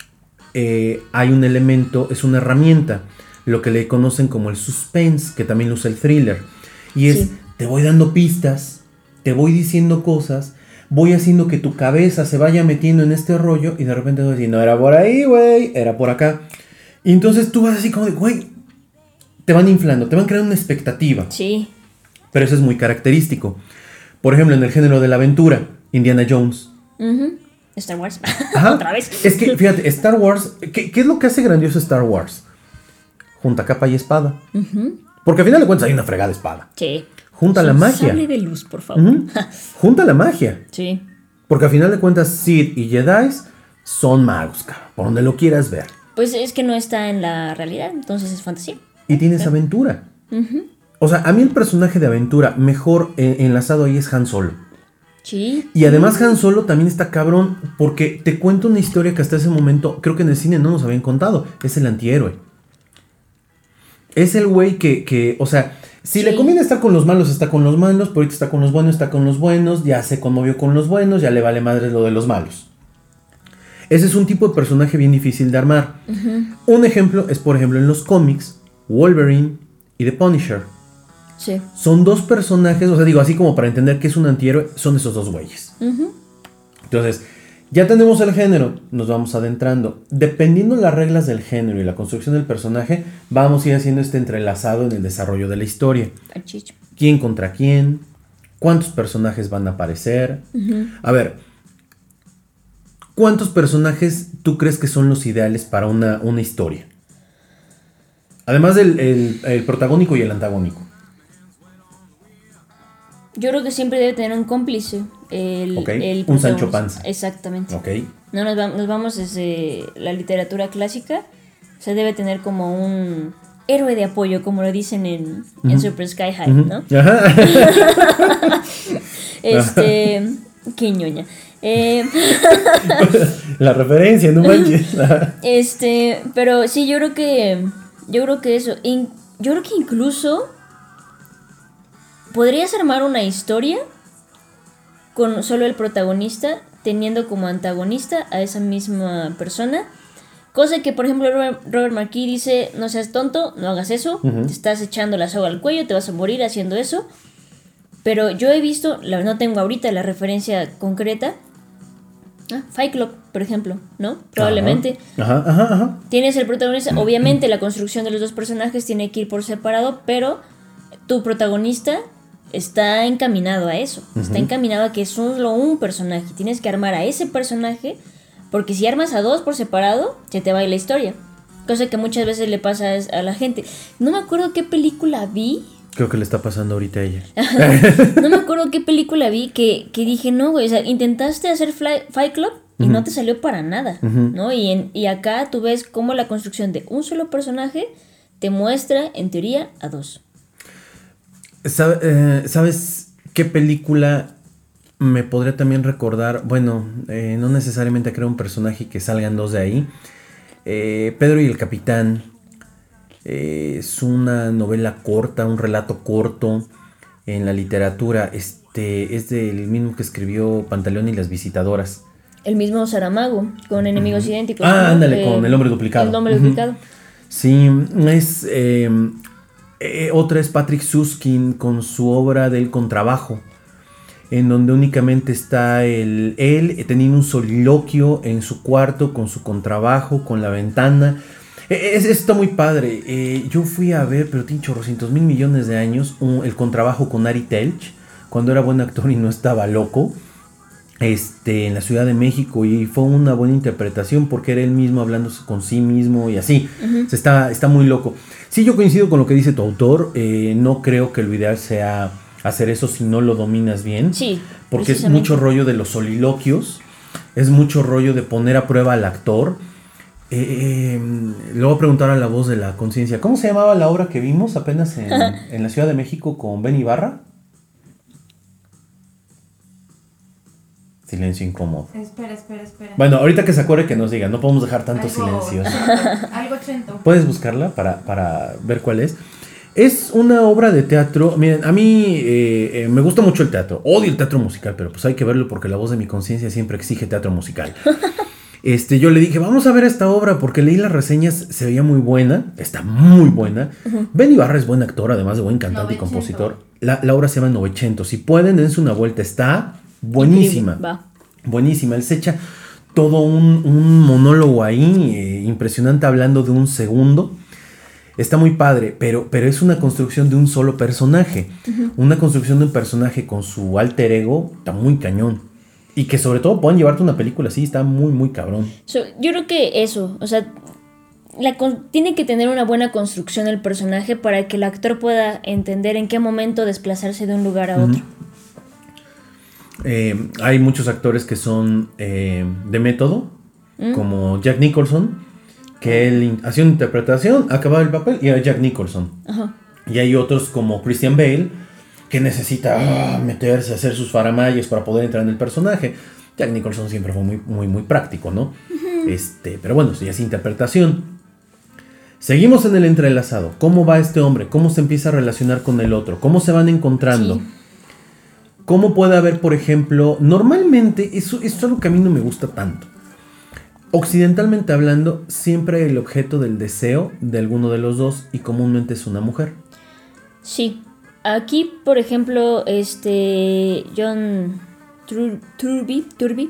eh, hay un elemento, es una herramienta, lo que le conocen como el suspense, que también lo usa el thriller. Y es... Sí. Te voy dando pistas, te voy diciendo cosas, voy haciendo que tu cabeza se vaya metiendo en este rollo y de repente te voy a decir, no era por ahí, güey, era por acá. Y entonces tú vas así como de, güey, te van inflando, te van creando una expectativa. Sí. Pero eso es muy característico. Por ejemplo, en el género de la aventura, Indiana Jones. Uh-huh. Star Wars. Ajá. Otra vez. Es que, fíjate, Star Wars, ¿qué, ¿qué es lo que hace grandioso Star Wars? Junta capa y espada. Uh-huh. Porque al final de cuentas hay una fregada espada. Sí. Junta la magia. Sable de luz, por favor. Uh-huh. Junta la magia. Sí. Porque al final de cuentas, Sith y Jedi son magos, cabrón, por donde lo quieras ver. Pues es que no está en la realidad, entonces es fantasía. Y tienes ¿sí? aventura. Uh-huh. O sea, a mí el personaje de aventura mejor eh, enlazado ahí es Han Solo. Sí. Y además Han Solo también está cabrón porque te cuenta una historia que hasta ese momento, creo que en el cine no nos habían contado. Es el antihéroe. Es el güey que, que, o sea... Si sí. le conviene estar con los malos, está con los malos. Pero ahorita está con los buenos, está con los buenos. Ya se conmovió con los buenos, ya le vale madre lo de los malos. Ese es un tipo de personaje bien difícil de armar. Uh-huh. Un ejemplo es, por ejemplo, en los cómics, Wolverine y The Punisher. Sí. Son dos personajes, o sea, digo, así como para entender que es un antihéroe, son esos dos güeyes. Uh-huh. Entonces, ya tenemos el género, nos vamos adentrando. Dependiendo las reglas del género y la construcción del personaje, vamos a ir haciendo este entrelazado en el desarrollo de la historia. Achicho. ¿Quién contra quién? ¿Cuántos personajes van a aparecer? Uh-huh. A ver, ¿cuántos personajes tú crees que son los ideales para una, una historia? Además del el, el protagónico y el antagónico. Yo creo que siempre debe tener un cómplice. El, okay. el un Sancho Panza. Exactamente. Okay. No nos, va, nos vamos desde la literatura clásica. Se debe tener como un héroe de apoyo, como lo dicen en, uh-huh. en Super Sky High, uh-huh. ¿no? Ajá. este. Qué ñoña. Eh, la referencia, no manches. este, pero sí, yo creo que. Yo creo que eso. In, yo creo que incluso. Podrías armar una historia con solo el protagonista, teniendo como antagonista a esa misma persona. Cosa que, por ejemplo, Robert, Robert McKee dice, no seas tonto, no hagas eso, uh-huh. te estás echando la soga al cuello, te vas a morir haciendo eso. Pero yo he visto, la, no tengo ahorita la referencia concreta, ah, Fight Club, por ejemplo, ¿no? Probablemente. Ajá, ajá, ajá. Tienes el protagonista, obviamente la construcción de los dos personajes tiene que ir por separado, pero tu protagonista... está encaminado a eso, uh-huh. está encaminado a que es solo un personaje. Tienes que armar a ese personaje Porque si armas a dos por separado, se te va a ir la historia. Cosa que muchas veces le pasa a la gente. No me acuerdo qué película vi. Creo que le está pasando ahorita a ella. No me acuerdo qué película vi que, que dije, no, güey, o sea, intentaste hacer fly, Fight Club y uh-huh. no te salió para nada, uh-huh. ¿no? Y, en, y acá tú ves cómo la construcción de un solo personaje te muestra, en teoría, a dos. ¿Sabe, eh, ¿Sabes qué película me podría también recordar? Bueno, eh, no necesariamente crear un personaje que salgan dos de ahí. Eh, Pedro y el Capitán. Eh, es una novela corta, un relato corto en la literatura. Este es del mismo que escribió Pantaleón y las visitadoras. El mismo Saramago, con enemigos uh-huh. idénticos. Ah, ¿no? ándale, eh, con El hombre duplicado. El hombre uh-huh. duplicado. Sí, es eh, eh, otra es Patrick Süskind con su obra del contrabajo, en donde únicamente está el, él teniendo un soliloquio en su cuarto con su contrabajo, con la ventana. Es, está muy padre. Eh, yo fui a ver, pero tiene chorrocientos mil millones de años, un, el contrabajo con Ari Telch, cuando era buen actor y no estaba loco, este, en la Ciudad de México, y fue una buena interpretación porque era él mismo hablando con sí mismo y así. Uh-huh. Se está, está muy loco. Sí, yo coincido con lo que dice tu autor. Eh, no creo que lo ideal sea hacer eso si no lo dominas bien. Sí, porque es mucho rollo de los soliloquios, es mucho rollo de poner a prueba al actor. Eh, eh, le voy a preguntar a la voz de la conciencia. ¿Cómo se llamaba la obra que vimos apenas en, en la Ciudad de México con Ben Ibarra? Silencio incómodo. Espera, espera, espera. Bueno, ahorita que se acuerde que nos diga. No podemos dejar tantos algo silencios. Chento, algo chento. ¿Puedes buscarla para, para ver cuál es? Es una obra de teatro. Miren, a mí eh, eh, me gusta mucho el teatro. Odio el teatro musical, pero pues hay que verlo porque la voz de mi conciencia siempre exige teatro musical. Este, yo le dije, vamos a ver esta obra porque leí las reseñas, se veía muy buena, está muy buena. Uh-huh. Ben Ibarra es buen actor, además de buen cantante Novecento. Y compositor. La, la obra se llama Novecento. Si pueden, dense una vuelta, está buenísima. Va. Buenísima. Él se echa todo un, un monólogo ahí, eh, impresionante, hablando de un segundo. Está muy padre, pero, pero es una construcción de un solo personaje. Uh-huh. Una construcción de un personaje con su alter ego, está muy cañón. Y que sobre todo puedan llevarte una película así, está muy, muy cabrón. So, yo creo que eso, o sea, la con- tiene que tener una buena construcción el personaje para que el actor pueda entender en qué momento desplazarse de un lugar a otro. Uh-huh. Eh, hay muchos actores que son eh, de método, ¿Mm? Como Jack Nicholson, que él hacía una interpretación, acababa el papel y era Jack Nicholson. Uh-huh. Y hay otros como Christian Bale, que necesita oh, meterse, hacer sus faramayas para poder entrar en el personaje. Jack Nicholson siempre fue muy, muy, muy práctico, ¿no? Uh-huh. Este, pero bueno, ya es interpretación. Seguimos en el entrelazado. ¿Cómo va este hombre? ¿Cómo se empieza a relacionar con el otro? ¿Cómo se van encontrando? Sí. ¿Cómo puede haber, por ejemplo, normalmente, eso, eso es algo que a mí no me gusta tanto. Occidentalmente hablando, siempre hay el objeto del deseo de alguno de los dos y comúnmente es una mujer. Sí. Aquí, por ejemplo, este John Tur- Turby, Turby,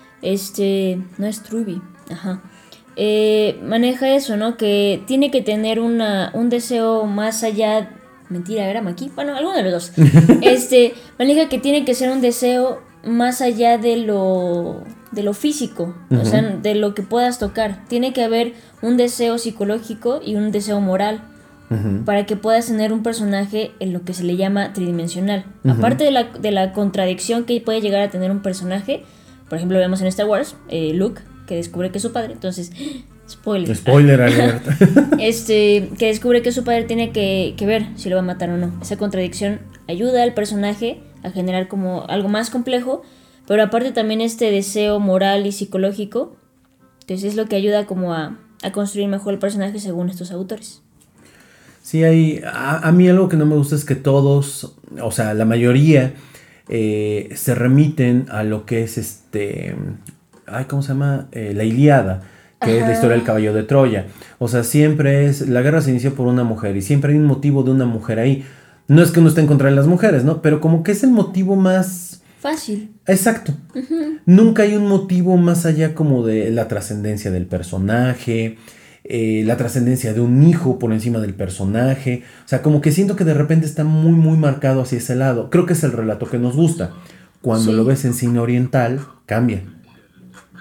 este, no es Turby, ajá, eh, maneja eso, ¿no? Que tiene que tener una, un deseo más allá, mentira, era Maki, bueno, alguno de los dos, este, maneja que tiene que ser un deseo más allá de lo, de lo físico, uh-huh. o sea, de lo que puedas tocar, tiene que haber un deseo psicológico y un deseo moral. Uh-huh. Para que puedas tener un personaje en lo que se le llama tridimensional. Uh-huh. Aparte de la, de la contradicción que puede llegar a tener un personaje, por ejemplo, vemos en Star Wars, eh, Luke, que descubre que es su padre, entonces, spoiler. Spoiler alert. este, que descubre que su padre tiene que, que ver si lo va a matar o no. Esa contradicción ayuda al personaje a generar como algo más complejo, pero aparte también este deseo moral y psicológico, entonces es lo que ayuda como a, a construir mejor el personaje según estos autores. Sí, hay, a, a mí algo que no me gusta es que todos, o sea, la mayoría eh, se remiten a lo que es este, ay, ¿cómo se llama? Eh, la Ilíada, que Ajá. es la historia del caballo de Troya. O sea, siempre es, la guerra se inició por una mujer y siempre hay un motivo de una mujer ahí. No es que uno esté en contra de las mujeres, ¿no? Pero como que es el motivo más... fácil. Exacto. Uh-huh. Nunca hay un motivo más allá como de la trascendencia del personaje... Eh, la trascendencia de un hijo por encima del personaje, o sea, como que siento que de repente está muy muy marcado hacia ese lado. Creo que es el relato que nos gusta. Cuando sí. lo ves en cine oriental, cambia.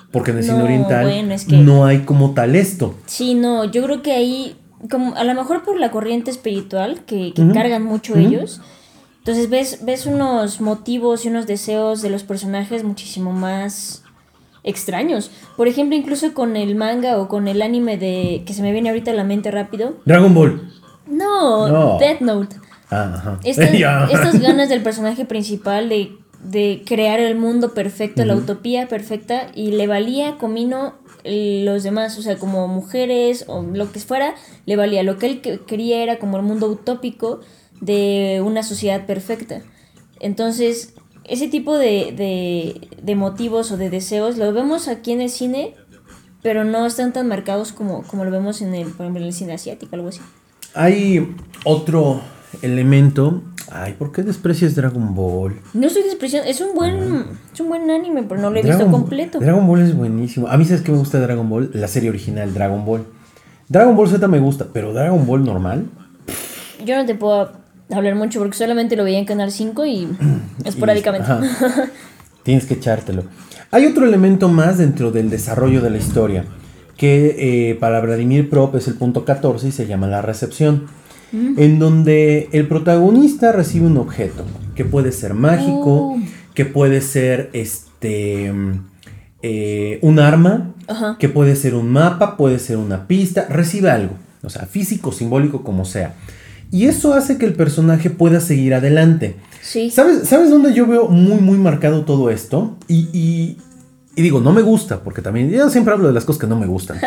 Porque en el cine No, oriental bueno, es que- no hay como tal esto. Sí, no, yo creo que ahí, como a lo mejor por la corriente espiritual que, que Ujú. cargan mucho Ujú. ellos, entonces ves, ves unos motivos y unos deseos de los personajes muchísimo más extraños. Por ejemplo, incluso con el manga o con el anime de que se me viene ahorita a la mente rápido. Dragon Ball. No, No. Death Note. Ah, ajá. Estas, Ya. estas ganas del personaje principal de, de crear el mundo perfecto, la utopía perfecta, y le valía comino eh, los demás, o sea, como mujeres o lo que fuera, le valía. Lo que él que- quería era como el mundo utópico de una sociedad perfecta. Entonces, ese tipo de, de, de motivos o de deseos lo vemos aquí en el cine, pero no están tan marcados como, como lo vemos en el, por ejemplo, en el cine asiático, algo así. Hay otro elemento. Ay, ¿por qué desprecias Dragon Ball? No estoy despreciando, es un buen, es un buen anime, pero no lo he Dragon visto Ball- completo. Dragon Ball es buenísimo. A mí, ¿sabes qué me gusta de Dragon Ball? La serie original, Dragon Ball. Dragon Ball Z me gusta, pero Dragon Ball normal. Yo no te puedo hablar mucho porque solamente lo veía en Canal cinco y esporádicamente. Y- ajá. Tienes que echártelo. Hay otro elemento más dentro del desarrollo de la historia, que eh, para Vladimir Prop es el punto catorce y se llama la recepción, Mm. en donde el protagonista recibe un objeto, que puede ser mágico, Oh. que puede ser este eh, un arma, Ajá. que puede ser un mapa, puede ser una pista, recibe algo, o sea, físico, simbólico, como sea. Y eso hace que el personaje pueda seguir adelante. Sí. ¿Sabes, ¿Sabes dónde yo veo muy, muy marcado todo esto? Y, y, y digo, no me gusta, porque también yo siempre hablo de las cosas que no me gustan.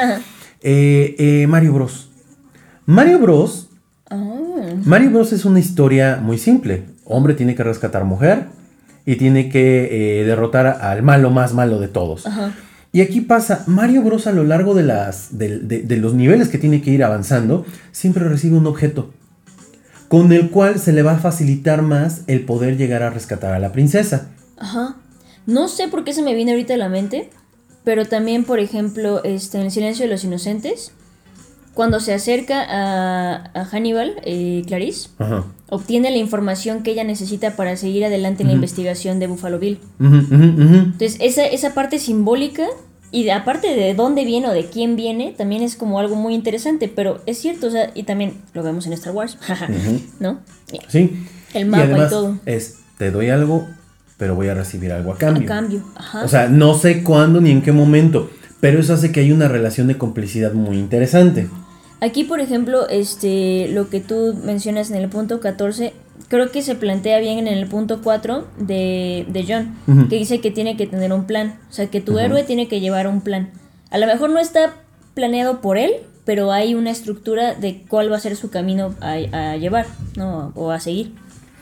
eh, eh, Mario Bros. Mario Bros. Ah. Mario Bros. Es una historia muy simple. Hombre tiene que rescatar mujer y tiene que eh, derrotar al malo más malo de todos. Ajá. Y aquí pasa, Mario Bros. A lo largo de, las, de, de, de los niveles que tiene que ir avanzando, siempre recibe un objeto, con el cual se le va a facilitar más el poder llegar a rescatar a la princesa. Ajá. No sé por qué se me viene ahorita a la mente, pero también, por ejemplo, este, en El silencio de los inocentes, cuando se acerca a, a Hannibal, eh, Clarice, Ajá. obtiene la información que ella necesita para seguir adelante en la Ujú. investigación de Buffalo Bill. Ujú, ujú, ujú. Entonces, esa, esa parte simbólica, y de- aparte de dónde viene o de quién viene, también es como algo muy interesante, pero es cierto, o sea, y también lo vemos en Star Wars, Ujú. ¿no? Sí. El mapa y además todo. es, te doy algo, pero voy a recibir algo a cambio. A cambio, ajá. O sea, no sé cuándo ni en qué momento, pero eso hace que hay una relación de complicidad muy interesante. Aquí, por ejemplo, este, lo que tú mencionas en el punto catorce, creo que se plantea bien en el punto cuatro de, de John, Ujú. que dice que tiene que tener un plan, o sea, que tu Ujú. héroe tiene que llevar un plan. A lo mejor no está planeado por él, pero hay una estructura de cuál va a ser su camino a, a llevar, ¿no? O a seguir.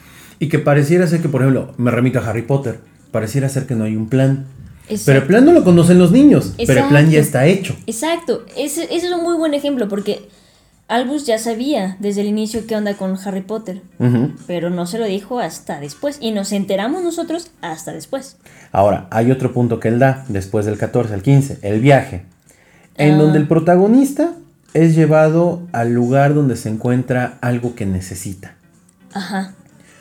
Y que pareciera ser que, por ejemplo, me remito a Harry Potter, pareciera ser que no hay un plan. Exacto. Pero el plan no lo conocen los niños, pero el plan ya Exacto. está hecho. Exacto, ese, ese es un muy buen ejemplo, porque Albus ya sabía desde el inicio qué onda con Harry Potter, Ujú. pero no se lo dijo hasta después, y nos enteramos nosotros hasta después. Ahora, hay otro punto que él da, después del catorce al quince, el viaje, en Ah. donde el protagonista es llevado al lugar donde se encuentra algo que necesita. Ajá.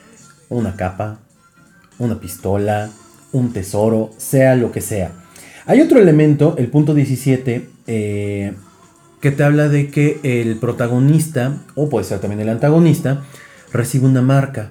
Una capa, una pistola, un tesoro, sea lo que sea. Hay otro elemento, el punto diecisiete, eh, que te habla de que el protagonista, o puede ser también el antagonista, recibe una marca.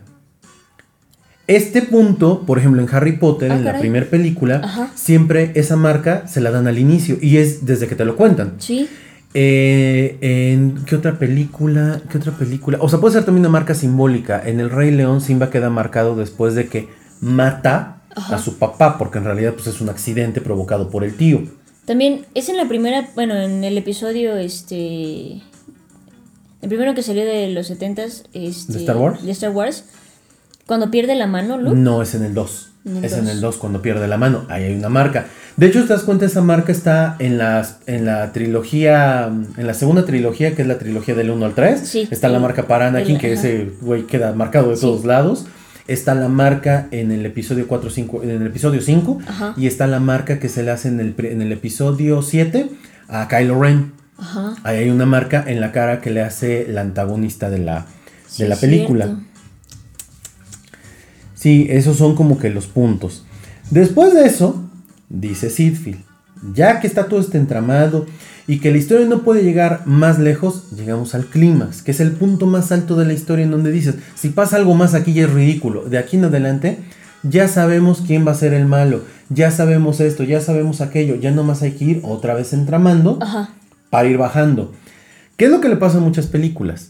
Este punto, por ejemplo, en Harry Potter, Ah, en la caray. primera película, Ajá. siempre esa marca se la dan al inicio y es desde que te lo cuentan. Sí. Eh, ¿en qué otra película? ¿Qué otra película? O sea, puede ser también una marca simbólica. En El Rey León, Simba queda marcado después de que mata Ajá. a su papá, porque en realidad pues, es un accidente provocado por el tío. También es en la primera, bueno, en el episodio, este... El primero que salió de los setentas, este... ¿De Star Wars? De Star Wars. Cuando pierde la mano, Luke. No, es en el dos. En el Es dos. en el dos cuando pierde la mano. Ahí hay una marca. De hecho, te das cuenta, esa marca está en, las, en la trilogía, en la segunda trilogía, que es la trilogía del uno al tres. Sí. Está la marca para Anakin, El- que ajá. ese güey queda marcado de Sí. todos lados. Está la marca en el episodio cuatro, cinco, en el episodio cinco. Ajá. Y está la marca que se le hace en el, pri- en el episodio siete a Kylo Ren. Ajá. Ahí hay una marca en la cara que le hace la antagonista de la, Sí, de la es película. cierto. Sí, esos son como que los puntos. Después de eso, dice Sitfield, Ya que está todo este entramado y que la historia no puede llegar más lejos, llegamos al clímax, que es el punto más alto de la historia, en donde dices, si pasa algo más aquí ya es ridículo. De aquí en adelante ya sabemos quién va a ser el malo, ya sabemos esto, ya sabemos aquello, ya nomás hay que ir otra vez entramando. Ajá. Para ir bajando. ¿Qué es lo que le pasa a muchas películas?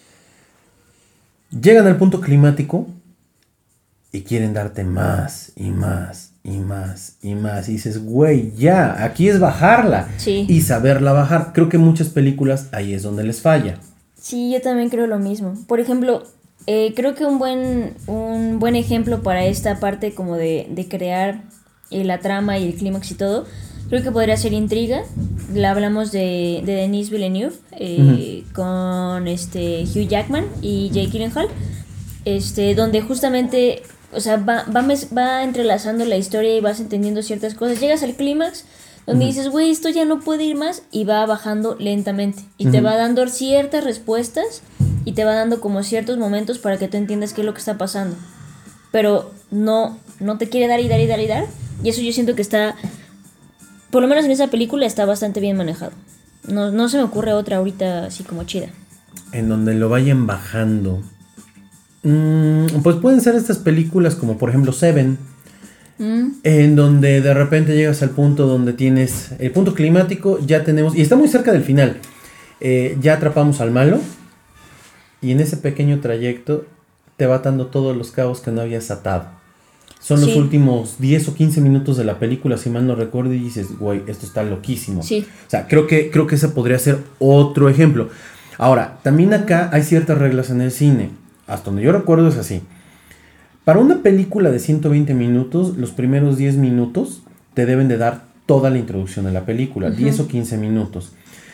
Llegan al punto climático y quieren darte más y más y más y más. Y dices, güey, ya, aquí es bajarla. Sí. Y saberla bajar. Creo que muchas películas ahí es donde les falla. Sí, yo también creo lo mismo. Por ejemplo, eh, creo que un buen, un buen ejemplo para esta parte como de, de crear eh, la trama y el clímax y todo, creo que podría ser Intriga. La hablamos de, de Denis Villeneuve, eh, uh-huh. con este Hugh Jackman y Jake Gyllenhaal, este, donde justamente, o sea, va, va, mes, va entrelazando la historia y vas entendiendo ciertas cosas. Llegas al clímax donde uh-huh. dices, güey, esto ya no puede ir más, y va bajando lentamente. Y uh-huh. te va dando ciertas respuestas y te va dando como ciertos momentos para que tú entiendas qué es lo que está pasando. Pero no, no te quiere dar y dar y dar y dar. Y eso yo siento que está... Por lo menos en esa película está bastante bien manejado. No, no se me ocurre otra ahorita así como chida. En donde lo vayan bajando. Mm, pues pueden ser estas películas como por ejemplo Seven. Mm. En donde de repente llegas al punto donde tienes el punto climático, ya tenemos... Y está muy cerca del final. Eh, ya atrapamos al malo. Y en ese pequeño trayecto te va atando todos los cabos que no habías atado. Son los sí. últimos diez o quince minutos de la película, si mal no recuerdo, y dices, güey, esto está loquísimo. Sí. O sea, creo que, creo que ese podría ser otro ejemplo. Ahora, también acá hay ciertas reglas en el cine. Hasta donde yo recuerdo es así. Para una película de ciento veinte minutos, los primeros diez minutos te deben de dar toda la introducción de la película, uh-huh. diez o quince minutos.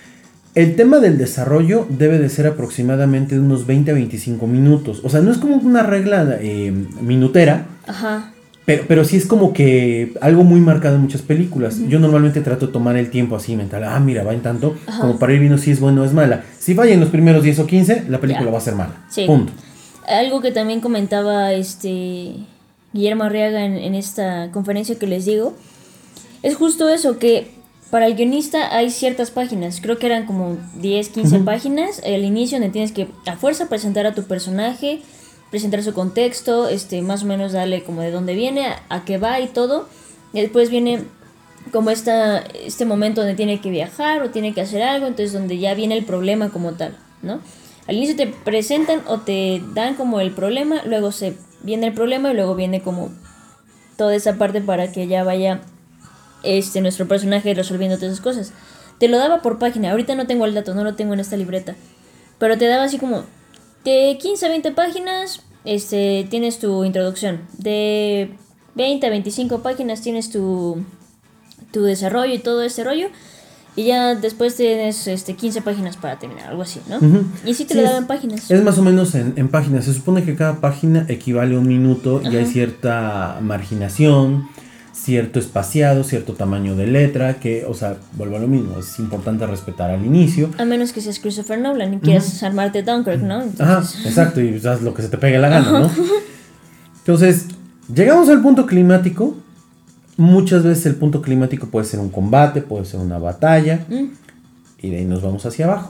El tema del desarrollo debe de ser aproximadamente de unos veinte a veinticinco minutos. O sea, no es como una regla eh, minutera. Ajá. Pero, pero sí es como que algo muy marcado en muchas películas. Uh-huh. Yo normalmente trato de tomar el tiempo así mental. Ah, mira, va en tanto. Ajá. Como para ir viendo si es bueno o es mala. Si falla en los primeros diez o quince, la película ya. va a ser mala. Sí. Punto. Algo que también comentaba este Guillermo Arriaga en, en esta conferencia que les digo, es justo eso, que para el guionista hay ciertas páginas. Creo que eran como diez, quince uh-huh. páginas. El inicio donde tienes que a fuerza presentar a tu personaje, presentar su contexto, este, más o menos darle como de dónde viene, a, a qué va y todo. Y después viene como esta, este momento donde tiene que viajar o tiene que hacer algo, entonces donde ya viene el problema como tal, ¿no? Al inicio te presentan o te dan como el problema, luego se viene el problema y luego viene como toda esa parte para que ya vaya este, nuestro personaje resolviendo todas esas cosas. Te lo daba por página, ahorita no tengo el dato, no lo tengo en esta libreta, pero te daba así como... De quince a veinte páginas este, tienes tu introducción. De veinte a veinticinco páginas tienes tu, tu desarrollo y todo este rollo. Y ya después tienes este, quince páginas para terminar, algo así, ¿no? Uh-huh. Y sí te sí lo daban en páginas. Es más o menos en, en páginas. Se supone que cada página equivale a un minuto. Ajá. Y hay cierta marginación, cierto espaciado, cierto tamaño de letra, que, o sea, vuelvo a lo mismo, es importante respetar al inicio. A menos que seas Christopher Nolan y quieras uh-huh. armarte Dunkirk, ¿no? Entonces... Ajá, exacto, y haz lo que se te pegue la gana, ¿no? Entonces, llegamos al punto climático. Muchas veces el punto climático puede ser un combate, puede ser una batalla, mm. y de ahí nos vamos hacia abajo.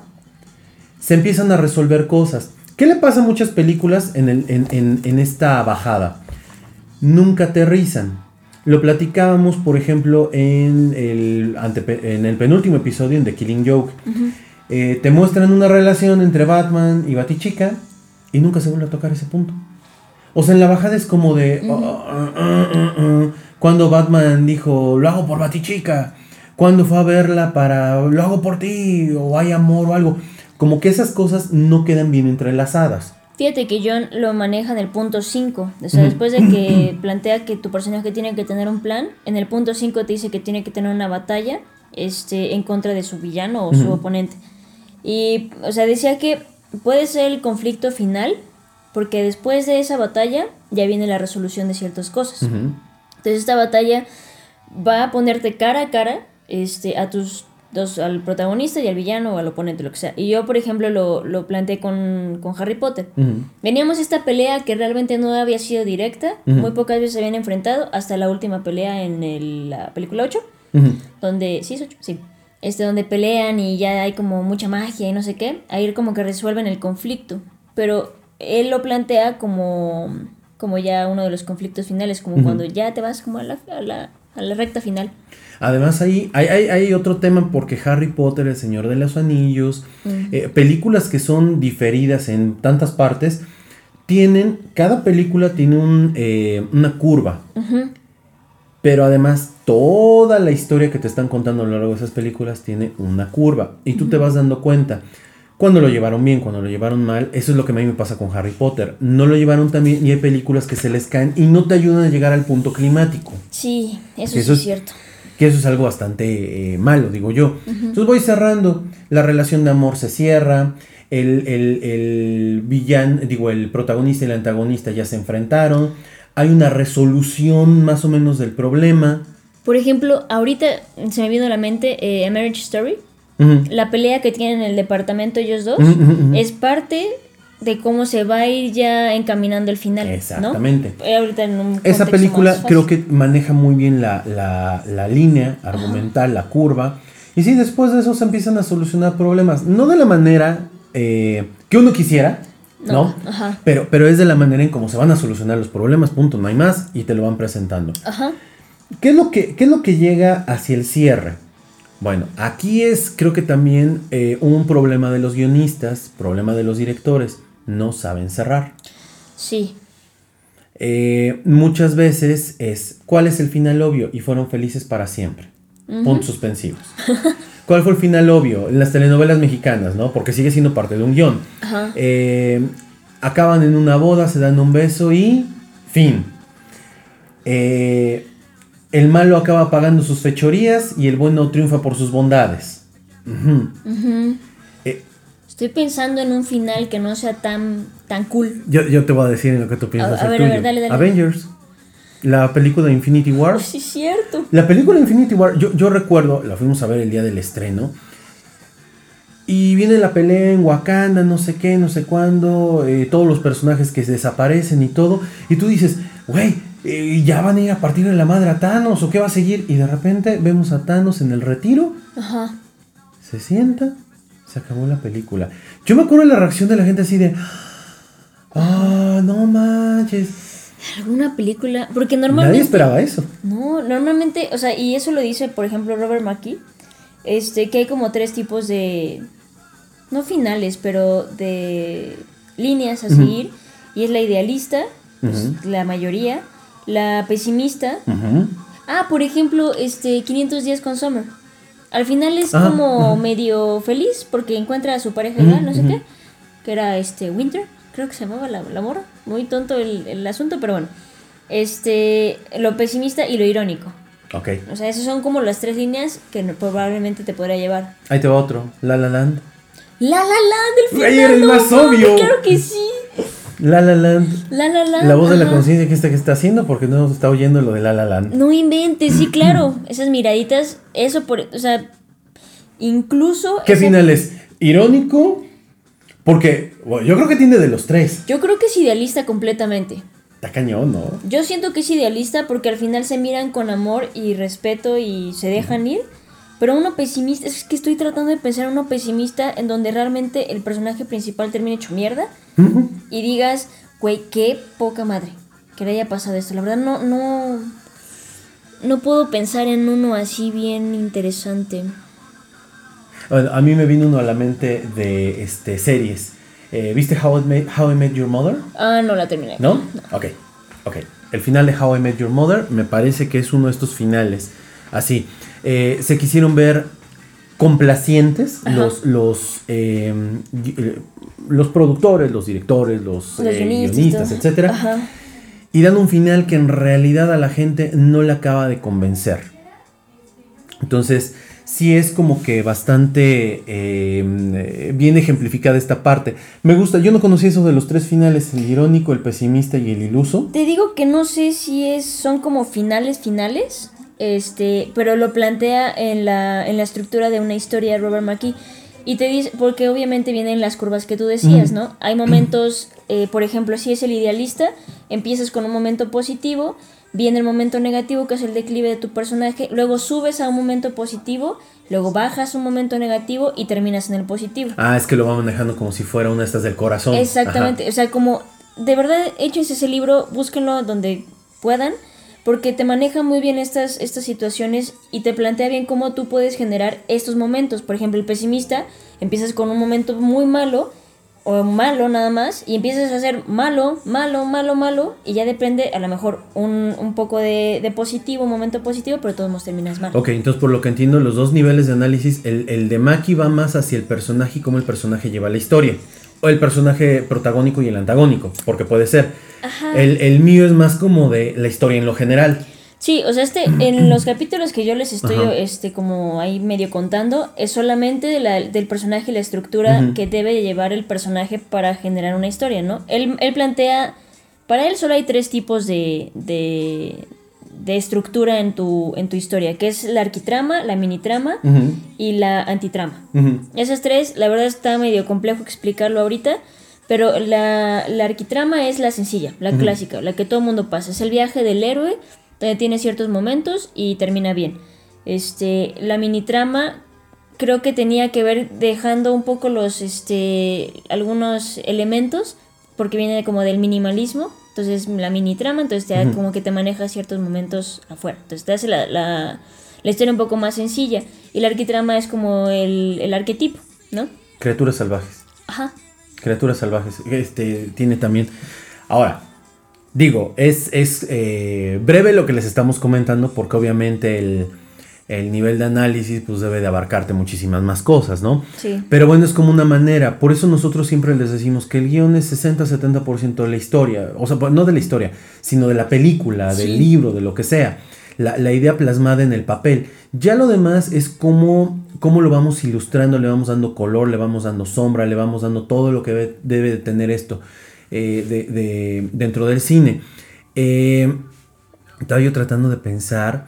Se empiezan a resolver cosas. ¿Qué le pasa a muchas películas en, el, en, en, en esta bajada? Nunca aterrizan. Lo platicábamos, por ejemplo, en el, ante, en el penúltimo episodio, en The Killing Joke. Uh-huh. Eh, te muestran una relación entre Batman y Batichica y nunca se vuelve a tocar ese punto. O sea, en la bajada es como de... Uh-huh. oh, uh, uh, uh, uh, cuando Batman dijo, lo hago por Batichica. Cuando fue a verla para, lo hago por ti, o hay amor o algo. Como que esas cosas no quedan bien entrelazadas. Fíjate que John lo maneja en el punto cinco. O sea, después de que plantea que tu personaje tiene que tener un plan, en el punto cinco te dice que tiene que tener una batalla este, en contra de su villano o uh-huh. su oponente. Y, o sea, decía que puede ser el conflicto final, porque después de esa batalla ya viene la resolución de ciertas cosas. Uh-huh. Entonces esta batalla va a ponerte cara a cara este, a tus dos, al protagonista y al villano o al oponente, lo que sea. Y yo, por ejemplo, lo, lo planteé con, con Harry Potter. Uh-huh. Veníamos esta pelea que realmente no había sido directa, uh-huh. muy pocas veces se habían enfrentado, hasta la última pelea en el, la película ocho. Uh-huh. Donde, sí, es ocho, sí. Este, donde pelean y ya hay como mucha magia y no sé qué. Ahí como que resuelven el conflicto. Pero él lo plantea como, como ya uno de los conflictos finales, como uh-huh. cuando ya te vas como a la, a la, a la recta final. Además ahí hay, hay, hay otro tema porque Harry Potter, El Señor de los Anillos, uh-huh. eh, películas que son diferidas en tantas partes, tienen, cada película tiene un, eh, una curva. Uh-huh. Pero además toda la historia que te están contando a lo largo de esas películas tiene una curva. Y tú uh-huh. te vas dando cuenta cuando lo llevaron bien, cuando lo llevaron mal. Eso es lo que a mí me pasa con Harry Potter. No lo llevaron tan bien y hay películas que se les caen y no te ayudan a llegar al punto climático. Sí, eso, eso sí es cierto. Que eso es algo bastante eh, malo, digo yo. Uh-huh. Entonces voy cerrando. La relación de amor se cierra. El, el, el villano, digo, el protagonista y el antagonista ya se enfrentaron. Hay una resolución más o menos del problema. Por ejemplo, ahorita se me vino a la mente eh, A Marriage Story. Uh-huh. La pelea que tienen en el departamento ellos dos uh-huh, uh-huh. es parte de cómo se va a ir ya encaminando el final. Exactamente. ¿No? Ahorita en un Esa película creo que maneja muy bien la, la, la línea argumental, uh-huh. la curva. Y sí, después de eso se empiezan a solucionar problemas. No de la manera eh, que uno quisiera. ¿No? ¿No? Ajá. Pero, pero es de la manera en cómo se van a solucionar los problemas, punto, no hay más, y te lo van presentando. Ajá. ¿Qué es lo que, qué es lo que llega hacia el cierre? Bueno, aquí es, creo que también eh, un problema de los guionistas, problema de los directores, no saben cerrar. Sí. Eh, muchas veces es, ¿cuál es el final obvio? Y fueron felices para siempre. Uh-huh. Puntos suspensivos. ¿Cuál fue el final obvio? En las telenovelas mexicanas, ¿no? Porque sigue siendo parte de un guión. Ajá. Eh, acaban en una boda, se dan un beso y fin. Eh, el malo acaba pagando sus fechorías y el bueno triunfa por sus bondades. Uh-huh. Uh-huh. Eh, Estoy pensando en un final que no sea tan, tan cool. Yo, yo te voy a decir en lo que tú piensas. A, a ver, tuyo. a ver, dale, dale. Avengers. La película de Infinity War. Oh, sí, es cierto. La película de Infinity War, yo, yo recuerdo, la fuimos a ver el día del estreno. Y viene la pelea en Wakanda, no sé qué, no sé cuándo. Eh, todos los personajes que se desaparecen y todo. Y tú dices, güey, eh, ¿ya van a ir a partir de la madre a Thanos o qué va a seguir? Y de repente vemos a Thanos en el retiro. Ajá. Se sienta, se acabó la película. Yo me acuerdo de la reacción de la gente así de, ah, oh, no manches. ¿Alguna película? Porque normalmente... Nadie esperaba eso. No, normalmente, o sea, y eso lo dice, por ejemplo, Robert McKee, este, que hay como tres tipos de... No finales, pero de líneas a seguir. Uh-huh. Y es la idealista, pues, uh-huh. la mayoría. La pesimista. Uh-huh. Ah, por ejemplo, este, quinientos días con Summer. Al final es uh-huh. como uh-huh. medio feliz porque encuentra a su pareja uh-huh. ideal, no sé uh-huh. qué. Que era este Winter. Creo que se llamaba la, la morra. Muy tonto el, el asunto, pero bueno. Este, lo pesimista y lo irónico. Ok. O sea, esas son como las tres líneas que probablemente te podría llevar. Ahí te va otro. La La Land. La La Land, el final. Ahí era el más no, obvio. Claro que sí. La La Land. La La Land. La voz ajá. de la conciencia que está, que está haciendo porque no está oyendo lo de La La Land. No inventes, sí, claro. Esas miraditas, eso por, o sea, incluso. ¿Qué esa... final es? ¿Irónico? Porque bueno, yo creo que tiene de los tres. Yo creo que es idealista completamente. Está cañón, ¿no? Yo siento que es idealista porque al final se miran con amor y respeto y se dejan uh-huh. ir. Pero uno pesimista, es que estoy tratando de pensar en uno pesimista en donde realmente el personaje principal termine hecho mierda. Uh-huh. Y digas, güey, qué poca madre que le haya pasado esto. La verdad no, no, no puedo pensar en uno así bien interesante. A mí me vino uno a la mente de este, series. Eh, ¿Viste How I, Met, How I Met Your Mother? Ah, no la terminé. ¿No? no. Ok, ok. El final de How I Met Your Mother me parece que es uno de estos finales. Así, eh, se quisieron ver complacientes los, los, eh, los productores, los directores, los, los eh, guionistas, etcétera. Ajá. Y dan un final que en realidad a la gente no le acaba de convencer. Entonces... sí es como que bastante eh, bien ejemplificada esta parte. Me gusta, yo no conocía eso de los tres finales, el irónico, el pesimista y el iluso. Te digo que no sé si es son como finales finales, este, pero lo plantea en la, en la estructura de una historia de Robert McKee. Y te dice, porque obviamente vienen las curvas que tú decías, mm. ¿no? Hay momentos, eh, por ejemplo, si es el idealista, empiezas con un momento positivo, viene el momento negativo, que es el declive de tu personaje, luego subes a un momento positivo, luego bajas un momento negativo y terminas en el positivo. Ah, es que lo va manejando como si fuera una de estas del corazón. Exactamente, Ajá. O sea, como de verdad, échense ese libro, búsquenlo donde puedan, porque te maneja muy bien estas, estas situaciones y te plantea bien cómo tú puedes generar estos momentos. Por ejemplo, el pesimista, empiezas con un momento muy malo, o malo nada más, y empiezas a hacer malo, malo, malo, malo, y ya depende a lo mejor un, un poco de, de positivo, un momento positivo, pero todos nos terminas mal. Ok, entonces por lo que entiendo, los dos niveles de análisis, el, el de Maki va más hacia el personaje y cómo el personaje lleva la historia, o el personaje protagónico y el antagónico, porque puede ser. Ajá. El, el mío es más como de la historia en lo general. Sí, o sea, este, en los capítulos que yo les estoy Ajá. este, como ahí medio contando, es solamente de la, del personaje y la estructura uh-huh. que debe llevar el personaje para generar una historia, ¿no? Él, él plantea, para él solo hay tres tipos de, de, de estructura en tu, en tu historia, que es la arquitrama, la minitrama uh-huh. y la antitrama. Uh-huh. Esas tres, la verdad está medio complejo explicarlo ahorita, pero la, la arquitrama es la sencilla, la uh-huh. clásica, la que todo el mundo pasa, es el viaje del héroe, tiene ciertos momentos y termina bien. Este, la mini trama creo que tenía que ver dejando un poco los este algunos elementos, porque viene como del minimalismo. Entonces la mini trama, entonces te da uh-huh. como que te maneja ciertos momentos afuera. Entonces te hace la, la, la historia un poco más sencilla. Y la arquitrama es como el, el arquetipo, ¿no? Criaturas salvajes. Ajá. Criaturas salvajes. Este tiene también. Ahora. Digo, es, es eh, breve lo que les estamos comentando porque obviamente el, el nivel de análisis pues debe de abarcarte muchísimas más cosas, ¿no? Sí. Pero bueno, es como una manera, por eso nosotros siempre les decimos que el guión es sesenta a setenta por ciento de la historia, o sea, no de la historia, sino de la película, sí. del libro, de lo que sea, la, la idea plasmada en el papel. Ya lo demás es cómo, cómo lo vamos ilustrando, le vamos dando color, le vamos dando sombra, le vamos dando todo lo que debe, debe de tener esto. Eh, de, de, dentro del cine. Eh, estaba yo tratando de pensar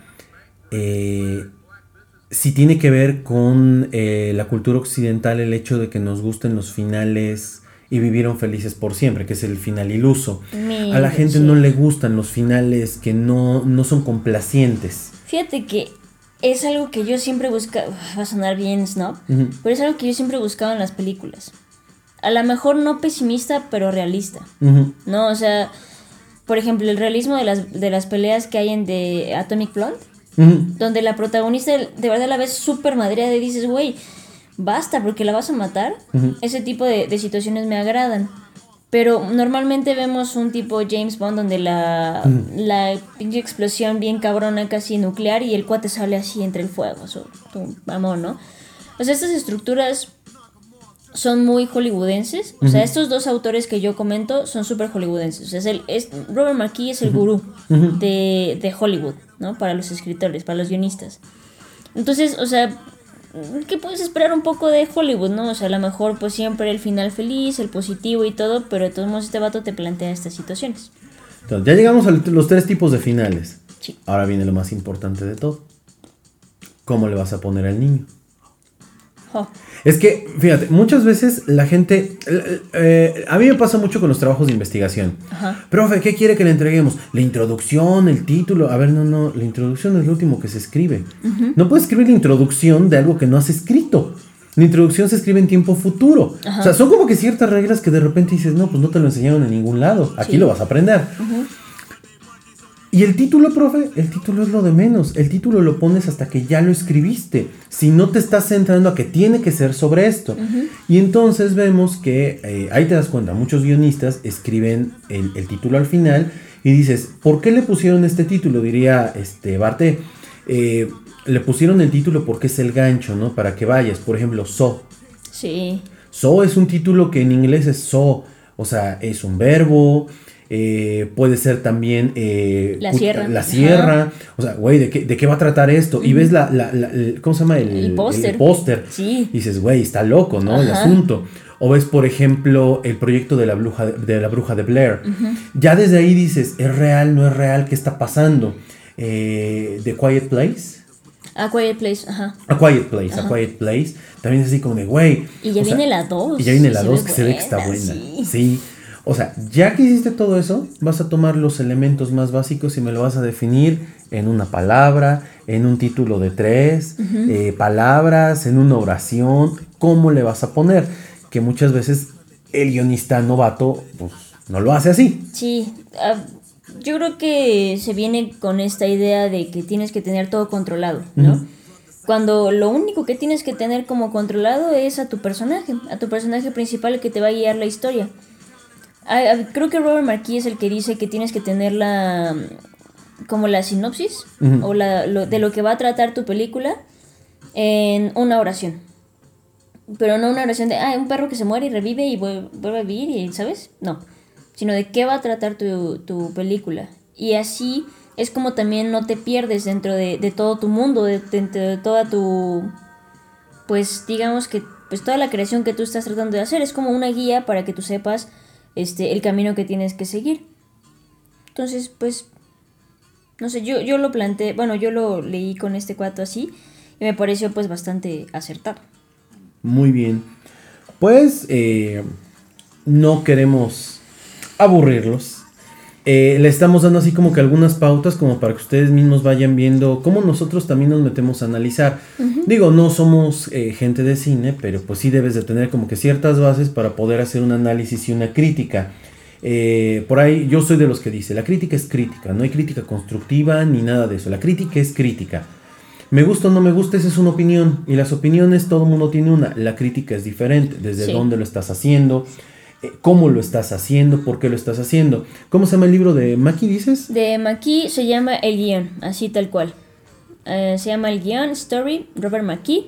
eh, si tiene que ver con eh, la cultura occidental el hecho de que nos gusten los finales y vivieron felices por siempre, que es el final iluso. Mira, a la gente sí. no le gustan los finales que no, no son complacientes. Fíjate que es algo que yo siempre buscaba, va a sonar bien snob, uh-huh. pero es algo que yo siempre buscaba en las películas. A lo mejor no pesimista, pero realista. Uh-huh. ¿No? O sea, por ejemplo, el realismo de las, de las peleas que hay en The Atomic Blonde, uh-huh. donde la protagonista de verdad la ves súper madreada y dices, güey, basta porque la vas a matar. Uh-huh. Ese tipo de, de situaciones me agradan. Pero normalmente vemos un tipo James Bond donde la, uh-huh. la pinche explosión bien cabrona, casi nuclear, y el cuate sale así entre el fuego. So, tu amor, ¿no? O sea, estas estructuras son muy hollywoodenses. O sea, uh-huh. estos dos autores que yo comento son súper hollywoodenses. O sea, es el, es, Robert McKee es el uh-huh. gurú uh-huh. de, de Hollywood, ¿no? Para los escritores, para los guionistas. Entonces, o sea, ¿qué puedes esperar un poco de Hollywood, no? O sea, a lo mejor pues siempre el final feliz, el positivo y todo, pero de todos modos este vato te plantea estas situaciones. Entonces, ya llegamos a los tres tipos de finales. Sí. Ahora viene lo más importante de todo. ¿Cómo le vas a poner al niño? Oh. Es que, fíjate, muchas veces la gente... Eh, a mí me pasa mucho con los trabajos de investigación. Ajá. Profe, ¿qué quiere que le entreguemos? La introducción, el título. A ver, no, no, la introducción es lo último que se escribe. Uh-huh. No puedes escribir la introducción de algo que no has escrito. La introducción se escribe en tiempo futuro. Ajá. O sea, son como que ciertas reglas que de repente dices, no, pues no te lo enseñaron en ningún lado. Aquí sí. Lo vas a aprender. Uh-huh. Y el título, profe, el título es lo de menos. El título lo pones hasta que ya lo escribiste. Si no te estás centrando a que tiene que ser sobre esto. Uh-huh. Y entonces vemos que, eh, ahí te das cuenta, muchos guionistas escriben el, el título al final y dices, ¿por qué le pusieron este título? Diría este Barté, eh, le pusieron el título porque es el gancho, ¿no? Para que vayas. Por ejemplo, So. Sí. So es un título que en inglés es so, o sea, es un verbo. Eh, puede ser también eh, la sierra, la sierra. Ajá. O sea, güey, ¿de qué, ¿de qué va a tratar esto? Uh-huh. Y ves la, la, la el, ¿cómo se llama? El, el póster. El póster. Sí. Y dices, güey, está loco, ¿no? Ajá. El asunto. O ves, por ejemplo, el proyecto de la bruja de, la bruja de Blair. Uh-huh. Ya desde ahí dices, ¿es real? ¿No es real? ¿Qué está pasando? Eh, The Quiet Place. A Quiet Place, ajá. A Quiet Place, ajá. A Quiet Place. También es así como de, güey. Y ya viene sea, la dos. Y ya viene la dos que se ve que está buena. Sí. Sí. O sea, ya que hiciste todo eso, vas a tomar los elementos más básicos y me lo vas a definir en una palabra, en un título de tres uh-huh. eh, palabras, en una oración. ¿Cómo le vas a poner? Que muchas veces el guionista novato pues, no lo hace así. Sí, uh, yo creo que se viene con esta idea de que tienes que tener todo controlado, ¿no? Uh-huh. Cuando lo único que tienes que tener como controlado es a tu personaje, a tu personaje principal que te va a guiar la historia. Creo que Robert McKee es el que dice que tienes que tener la como la sinopsis uh-huh. o la, lo, de lo que va a tratar tu película en una oración, pero no una oración de ah, un perro que se muere y revive y vuelve, vuelve a vivir y, ¿sabes? No, sino de qué va a tratar tu, tu película, y así es como también no te pierdes dentro de, de todo tu mundo, de, dentro de toda tu, pues digamos que pues toda la creación que tú estás tratando de hacer es como una guía para que tú sepas Este, el camino que tienes que seguir. Entonces, pues, no sé, yo, yo lo planteé, bueno, yo lo leí con este cuarto así y me pareció pues bastante acertado. Muy bien. Pues, eh, no queremos aburrirlos. Eh, le estamos dando así como que algunas pautas como para que ustedes mismos vayan viendo cómo nosotros también nos metemos a analizar. Uh-huh. Digo, no somos eh, gente de cine, pero pues sí debes de tener como que ciertas bases para poder hacer un análisis y una crítica. Eh, por ahí yo soy de los que dice, la crítica es crítica, no hay crítica constructiva ni nada de eso, la crítica es crítica. Me gusta o no me gusta, esa es una opinión, y las opiniones todo el mundo tiene una, la crítica es diferente, desde sí. dónde lo estás haciendo, cómo lo estás haciendo, por qué lo estás haciendo. ¿Cómo se llama el libro de McKee, dices? De McKee se llama El Guión, así tal cual. Uh, se llma El Guión, Story, Robert McKee.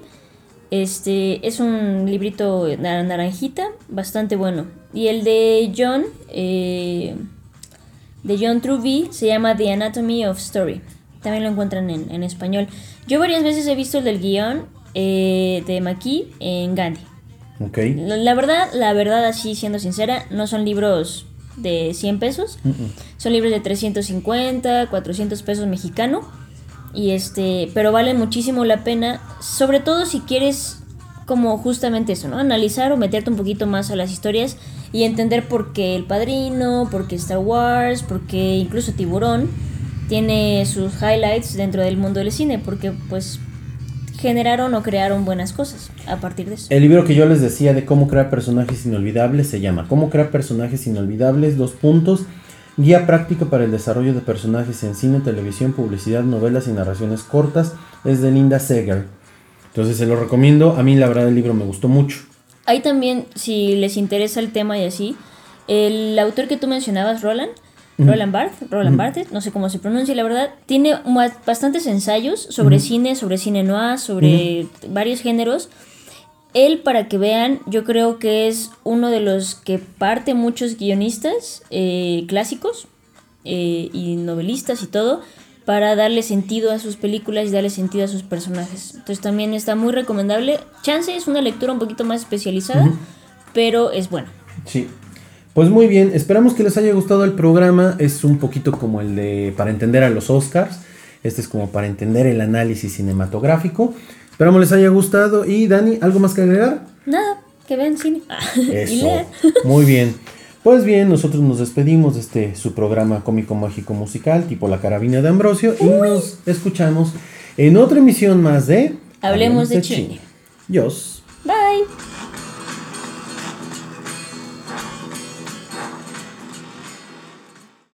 Este es un librito naranjita, bastante bueno. Y el de John, eh, de John Truby, se llama The Anatomy of Story. También lo encuentran en, en español. Yo varias veces he visto el del guión eh, de McKee en Gandhi. Okay. La verdad, la verdad, así siendo sincera, no son libros de cien pesos, uh-uh. son libros de trescientos cincuenta, cuatrocientos pesos mexicano, y este, pero valen muchísimo la pena, sobre todo si quieres como justamente eso, ¿no? Analizar o meterte un poquito más a las historias y entender por qué El Padrino, por qué Star Wars, por qué incluso Tiburón tiene sus highlights dentro del mundo del cine, porque pues generaron o crearon buenas cosas a partir de eso. El libro que yo les decía de cómo crear personajes inolvidables se llama Cómo crear personajes inolvidables, dos puntos, guía práctica para el desarrollo de personajes en cine, televisión, publicidad, novelas y narraciones cortas. Es de Linda Seger. Entonces se lo recomiendo. A mí la verdad el libro me gustó mucho. Ahí también, si les interesa el tema y así, el autor que tú mencionabas, Roland Roland Barthes, Roland uh-huh. Barthes, no sé cómo se pronuncia, la verdad, tiene bastantes ensayos sobre uh-huh. cine, sobre cine noir, sobre uh-huh. varios géneros. Él, para que vean, yo creo que es uno de los que parte muchos guionistas eh, clásicos eh, y novelistas y todo, para darle sentido a sus películas y darle sentido a sus personajes. Entonces también está muy recomendable. Chance es una lectura un poquito más especializada, uh-huh. pero es bueno. Sí. Pues muy bien, esperamos que les haya gustado el programa. Es un poquito como el de para entender a los Oscars. Este es como para entender el análisis cinematográfico. Esperamos les haya gustado. Y Dani, ¿algo más que agregar? Nada, que vean cine. Eso, y lean. Muy bien. Pues bien, nosotros nos despedimos de este su programa cómico mágico musical tipo La Carabina de Ambrosio. Uy. Y nos escuchamos en otra emisión más de Hablemos, Hablemos de, de Cine. Dios. Bye.